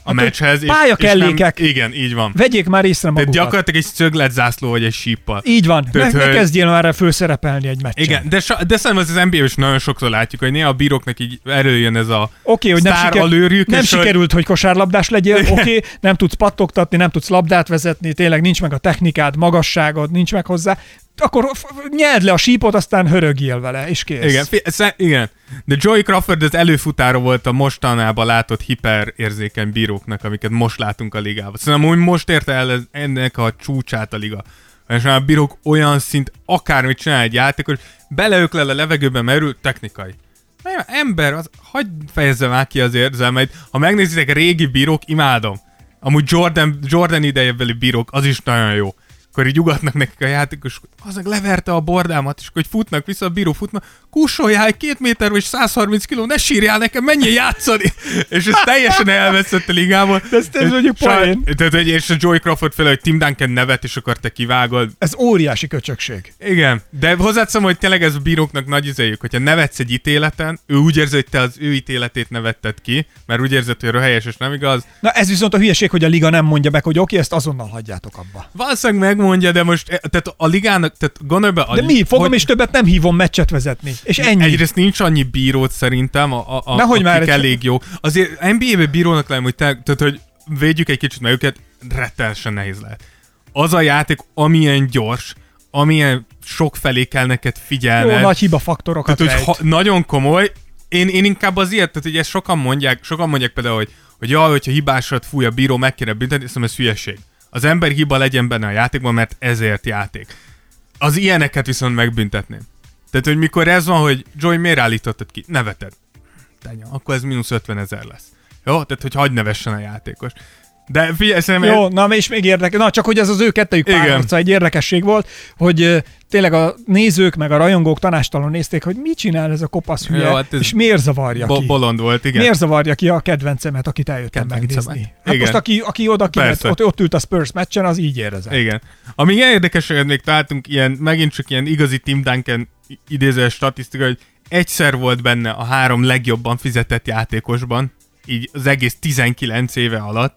a meccshez.
Pályakellékek.
Igen, így van.
Vegyék már észre magukat.
Tehát gyakorlatilag egy szögletzászló vagy egy síppal.
Így van.
Tehát,
ne kezdjél már erre fölszerepelni egy meccsen.
Igen, de szerintem az NBA-ben is nagyon sokszor látjuk, hogy néha a bíróknak így előjön ez a
hogy nem sikerült, hogy kosárlabdás legyél, nem tudsz pattogtatni, nem tudsz labdát vezetni, tényleg nincs meg a technikád, magasságod, nincs meg hozzá, akkor nyeld le a sípot, aztán hörögjél vele, és kész.
Igen. De Joey Crawford az előfutára volt a mostanában látott hiperérzékeny bíróknak, amiket most látunk a ligában. Szerintem úgy most érte el ennek a csúcsát a liga. És a bírók olyan szint, akármit csinál egy játékos, beleöklel a levegőbe merül, technikai. Ember, hagyd fejezze már ki az érzelmeit. Ha megnézitek a régi bírók, imádom. Amúgy Jordan idejébeli bírók, az is nagyon jó. Akkor így ugatnak nekik a játékos, az leverte a bordámat, és akkor futnak vissza, a bíró futna, kussoljál, 2 méter vagy 130 kiló, ne sírjál nekem, menjél játszani! És ez teljesen elveszett a ligában.
De ez mondjuk poén.
És a Joey Crawford fél, hogy Tim Duncan nevet, és akkor te kivágod.
Ez óriási köcsökség.
Igen, de hozzáteszem, hogy tényleg ez a bíróknak nagy izéjük, hogyha nevetsz egy ítéleten, ő úgy érzi, hogy te az ő ítéletét nevetted ki, mert úgy érzed, hogy helyes és nem igaz.
Na ez viszont a hülyeség, hogy a liga nem mondja meg, hogy oké, ezt azonnal hagyjátok abba.
Valószínűleg megmondja, de most tehát a ligának, tehát gondolj be...
De mi? Fogom, és többet nem hívom meccset vezetni. És ennyi.
Egyrészt nincs annyi bírót szerintem, akik elég jó. Azért NBA-ben bírónak lenni, hogy tehát, hogy védjük egy kicsit meg őket, rettenesen nehéz lehet. Az a játék, amilyen gyors, amilyen sok felé kell neked figyelned.
Jó, nagy hibafaktorokat
tehát, hogy nagyon komoly. Én inkább az ilyet, tehát ugye sokan mondják például, hogy jaj, hogyha hibásat fúj a bíró, meg kéne büntetni, hiszem ez hülyeség. Az ember hiba legyen benne a játékban, mert ezért játék. Az ilyeneket viszont megbüntetném. Tehát, hogy mikor ez van, hogy Joey, miért állítottad ki? Neveted. Akkor ez mínusz 50 000 lesz. Jó? Tehát, hogy hagyd nevessen a játékos. De figyelj, szerintem...
Jó, na és még érdekes. Na, csak hogy ez az ő kettőjük párharca egy érdekesség volt, hogy tényleg a nézők meg a rajongók tanástalanul nézték, hogy mit csinál ez a kopasz hülye, jó, hát és miért zavarja ki.
Bolond volt, igen.
Miért zavarja ki a kedvencemet, akit eljöttem megnézni. Hát igen. Most aki oda kiment, ott ült a Spurs meccsen, az így érezett.
Igen. Ami ilyen érdekeséget még találtunk, megint csak ilyen igazi Tim Duncan idéző statisztika, hogy egyszer volt benne a 3 legjobban fizetett játékosban, így az egész 19 éve alatt,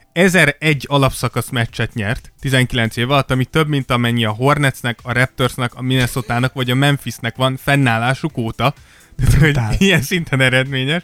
1001 alapszakasz meccset nyert 19 év alatt, ami több, mint amennyi a Hornetsnek, a Raptorsnak, a Minnesotának vagy a Memphisnek van fennállásuk óta. Tehát, ilyen szinten eredményes.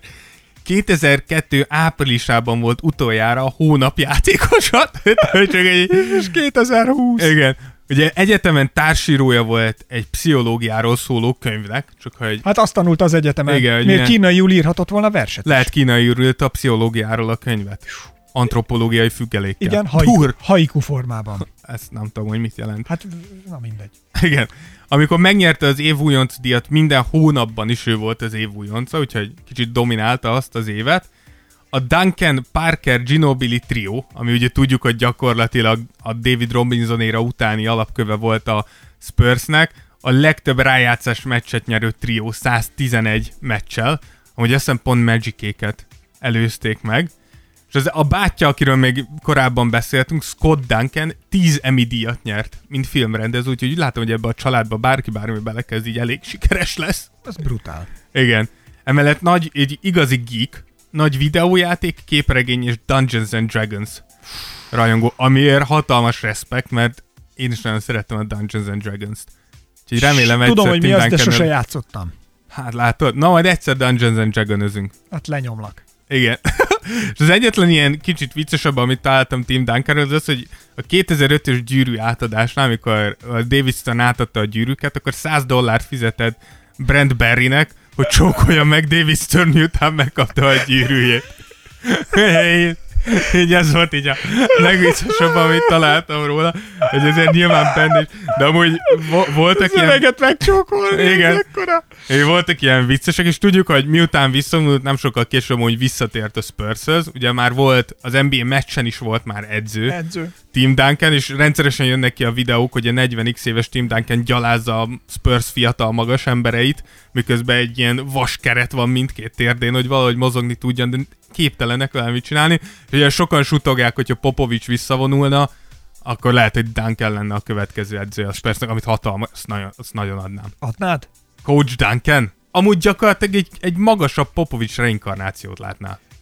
2002 áprilisában volt utoljára a hónap játékosa.
És 2020.
Igen. Ugye egyetemen társírója volt egy pszichológiáról szóló könyvnek, csak hogy...
Hát azt tanult az egyetemen.
Igen,
miért kínaiul írhatott volna verset?
Lehet kínaiul írt a pszichológiáról a könyvet. Antropológiai függelékkel.
Igen, haiku formában.
Ezt nem tudom, hogy mit jelent.
Hát, na mindegy.
Igen. Amikor megnyerte az évújonc díjat, minden hónapban is ő volt az évújonca, úgyhogy kicsit dominálta azt az évet. A Duncan, Parker, Ginobili trió, ami ugye tudjuk, hogy gyakorlatilag a David Robinson-éra utáni alapköve volt a Spursnek, a legtöbb rájátszás meccset nyerő trió 111 meccsel, amúgy azt hiszem pont Magic-éket előzték meg. És a bátyja, akiről még korábban beszéltünk, Scott Duncan 10 Emmy díjat nyert, mint filmrendező, úgyhogy úgy látom, hogy ebbe a családba bárki bármi belekezd, így elég sikeres lesz.
Ez brutál.
Igen. Emellett egy igazi geek, nagy videójáték, képregény és Dungeons and Dragons rajongó, amiért hatalmas respekt, mert én is nagyon szerettem a Dungeons and Dragons-t. Úgyhogy remélem egyszer...
Tudom, hogy mi az, de sose játszottam.
Hát látod? Na, majd egyszer Dungeons and Dragonözünk.
Hát lenyomlak.
Igen. És az egyetlen ilyen kicsit viccesebb, amit találtam Tim Duncanről, az, hogy a 2005-ös gyűrű átadásnál, amikor Davidson átadta a gyűrűket, akkor $100 fizetett Brent Barrynek, hogy csókolja meg David Stern, miután megkapta a gyűrűjét. Így ez volt így a legviccesebb, amit találtam róla, hogy ezért nyilván benne is, de amúgy voltak ilyen...
Szöveget megcsókolni,
igen. Voltak ilyen viccesek, és tudjuk, hogy miután visszavonult, nem sokkal később, hogy visszatért a Spurshöz, ugye már volt, az NBA meccsen is volt már edző. Tim Duncan, és rendszeresen jönnek ki a videók, hogy a 40x éves Tim Duncan gyalázza a Spurs fiatal magas embereit, miközben egy ilyen vaskeret van mindkét térdén, hogy valahogy mozogni tudjan, de képtelenek vele mit csinálni. És ugye sokan sutogják, hogyha Popovics visszavonulna, akkor lehet, hogy Duncan lenne a következő edző a Spursnak, amit hatalmas, azt nagyon adnám.
Adnád?
Coach Duncan? Amúgy gyakorlatilag egy magasabb Popovics reinkarnációt látná.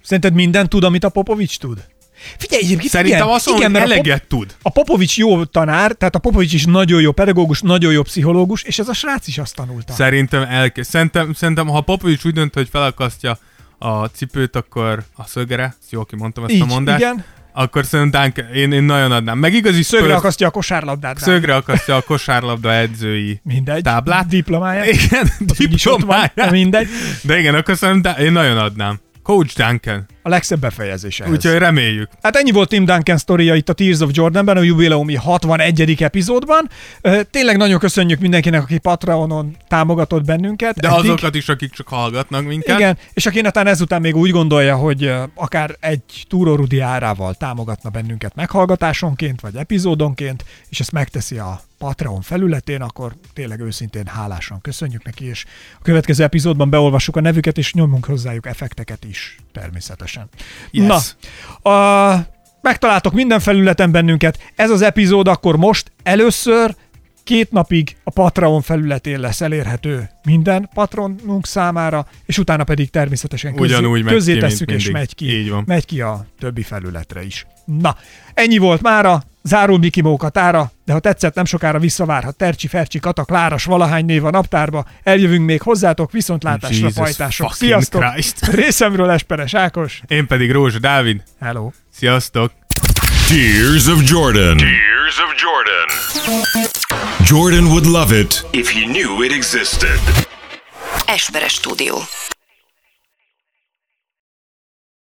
Szerinted mindent tud, amit a Popovics tud? Figyelj, egyébként
Szerintem azt mondom, hogy eleget tud.
A Popovics jó tanár, tehát a Popovics is nagyon jó pedagógus, nagyon jó pszichológus, és ez a srác is azt tanulta.
Szerintem ha Popovics úgy dönt, hogy felakasztja a cipőt, akkor a szögre, jól kimondtam ezt
így,
a mondást,
igen.
akkor szerintem én nagyon adnám. Meg igazi
Szögre akasztja a kosárlabdát.
Szögre akasztja a kosárlabda edzői táblát.
Diplomáját.
Igen, diplomáját.
Mindegy.
De igen, akkor szerintem én nagyon adnám. Coach Duncan.
A legszebb befejezés ehhez.
Úgyhogy reméljük.
Hát ennyi volt Tim Duncan sztoria itt a Tears of Jordanben, a jubileumi 61. epizódban. Tényleg nagyon köszönjük mindenkinek, aki Patreonon támogatott bennünket.
De azokat is, akik csak hallgatnak minket.
Igen, és aki netán ezután még úgy gondolja, hogy akár egy Túró Rudi árával támogatna bennünket meghallgatásonként, vagy epizódonként, és ezt megteszi a Patreon felületén, akkor tényleg őszintén hálásan köszönjük neki, és a következő epizódban beolvassuk a nevüket, és nyomunk hozzájuk effekteket is, természetesen.
Yes.
Na, megtaláltok minden felületen bennünket. Ez az epizód akkor most először 2 napig a Patreon felületén lesz elérhető minden patronunk számára, és utána pedig természetesen közzé tesszük, és megy ki a többi felületre is. Na, ennyi volt mára, zárul Miki Mókatára, de ha tetszett, nem sokára visszavárhat Tercsi, Fercsi, Kata, Kláras, valahány név a naptárba. Eljövünk még hozzátok, viszontlátásra, pajtások. Sziasztok! Christ. Részemről Esperes Ákos.
Én pedig Rózsa Dávid.
Hello.
Sziasztok!
Tears of Jordan. Tears of Jordan. Jordan would love it if he knew it existed.
Esperes Stúdió.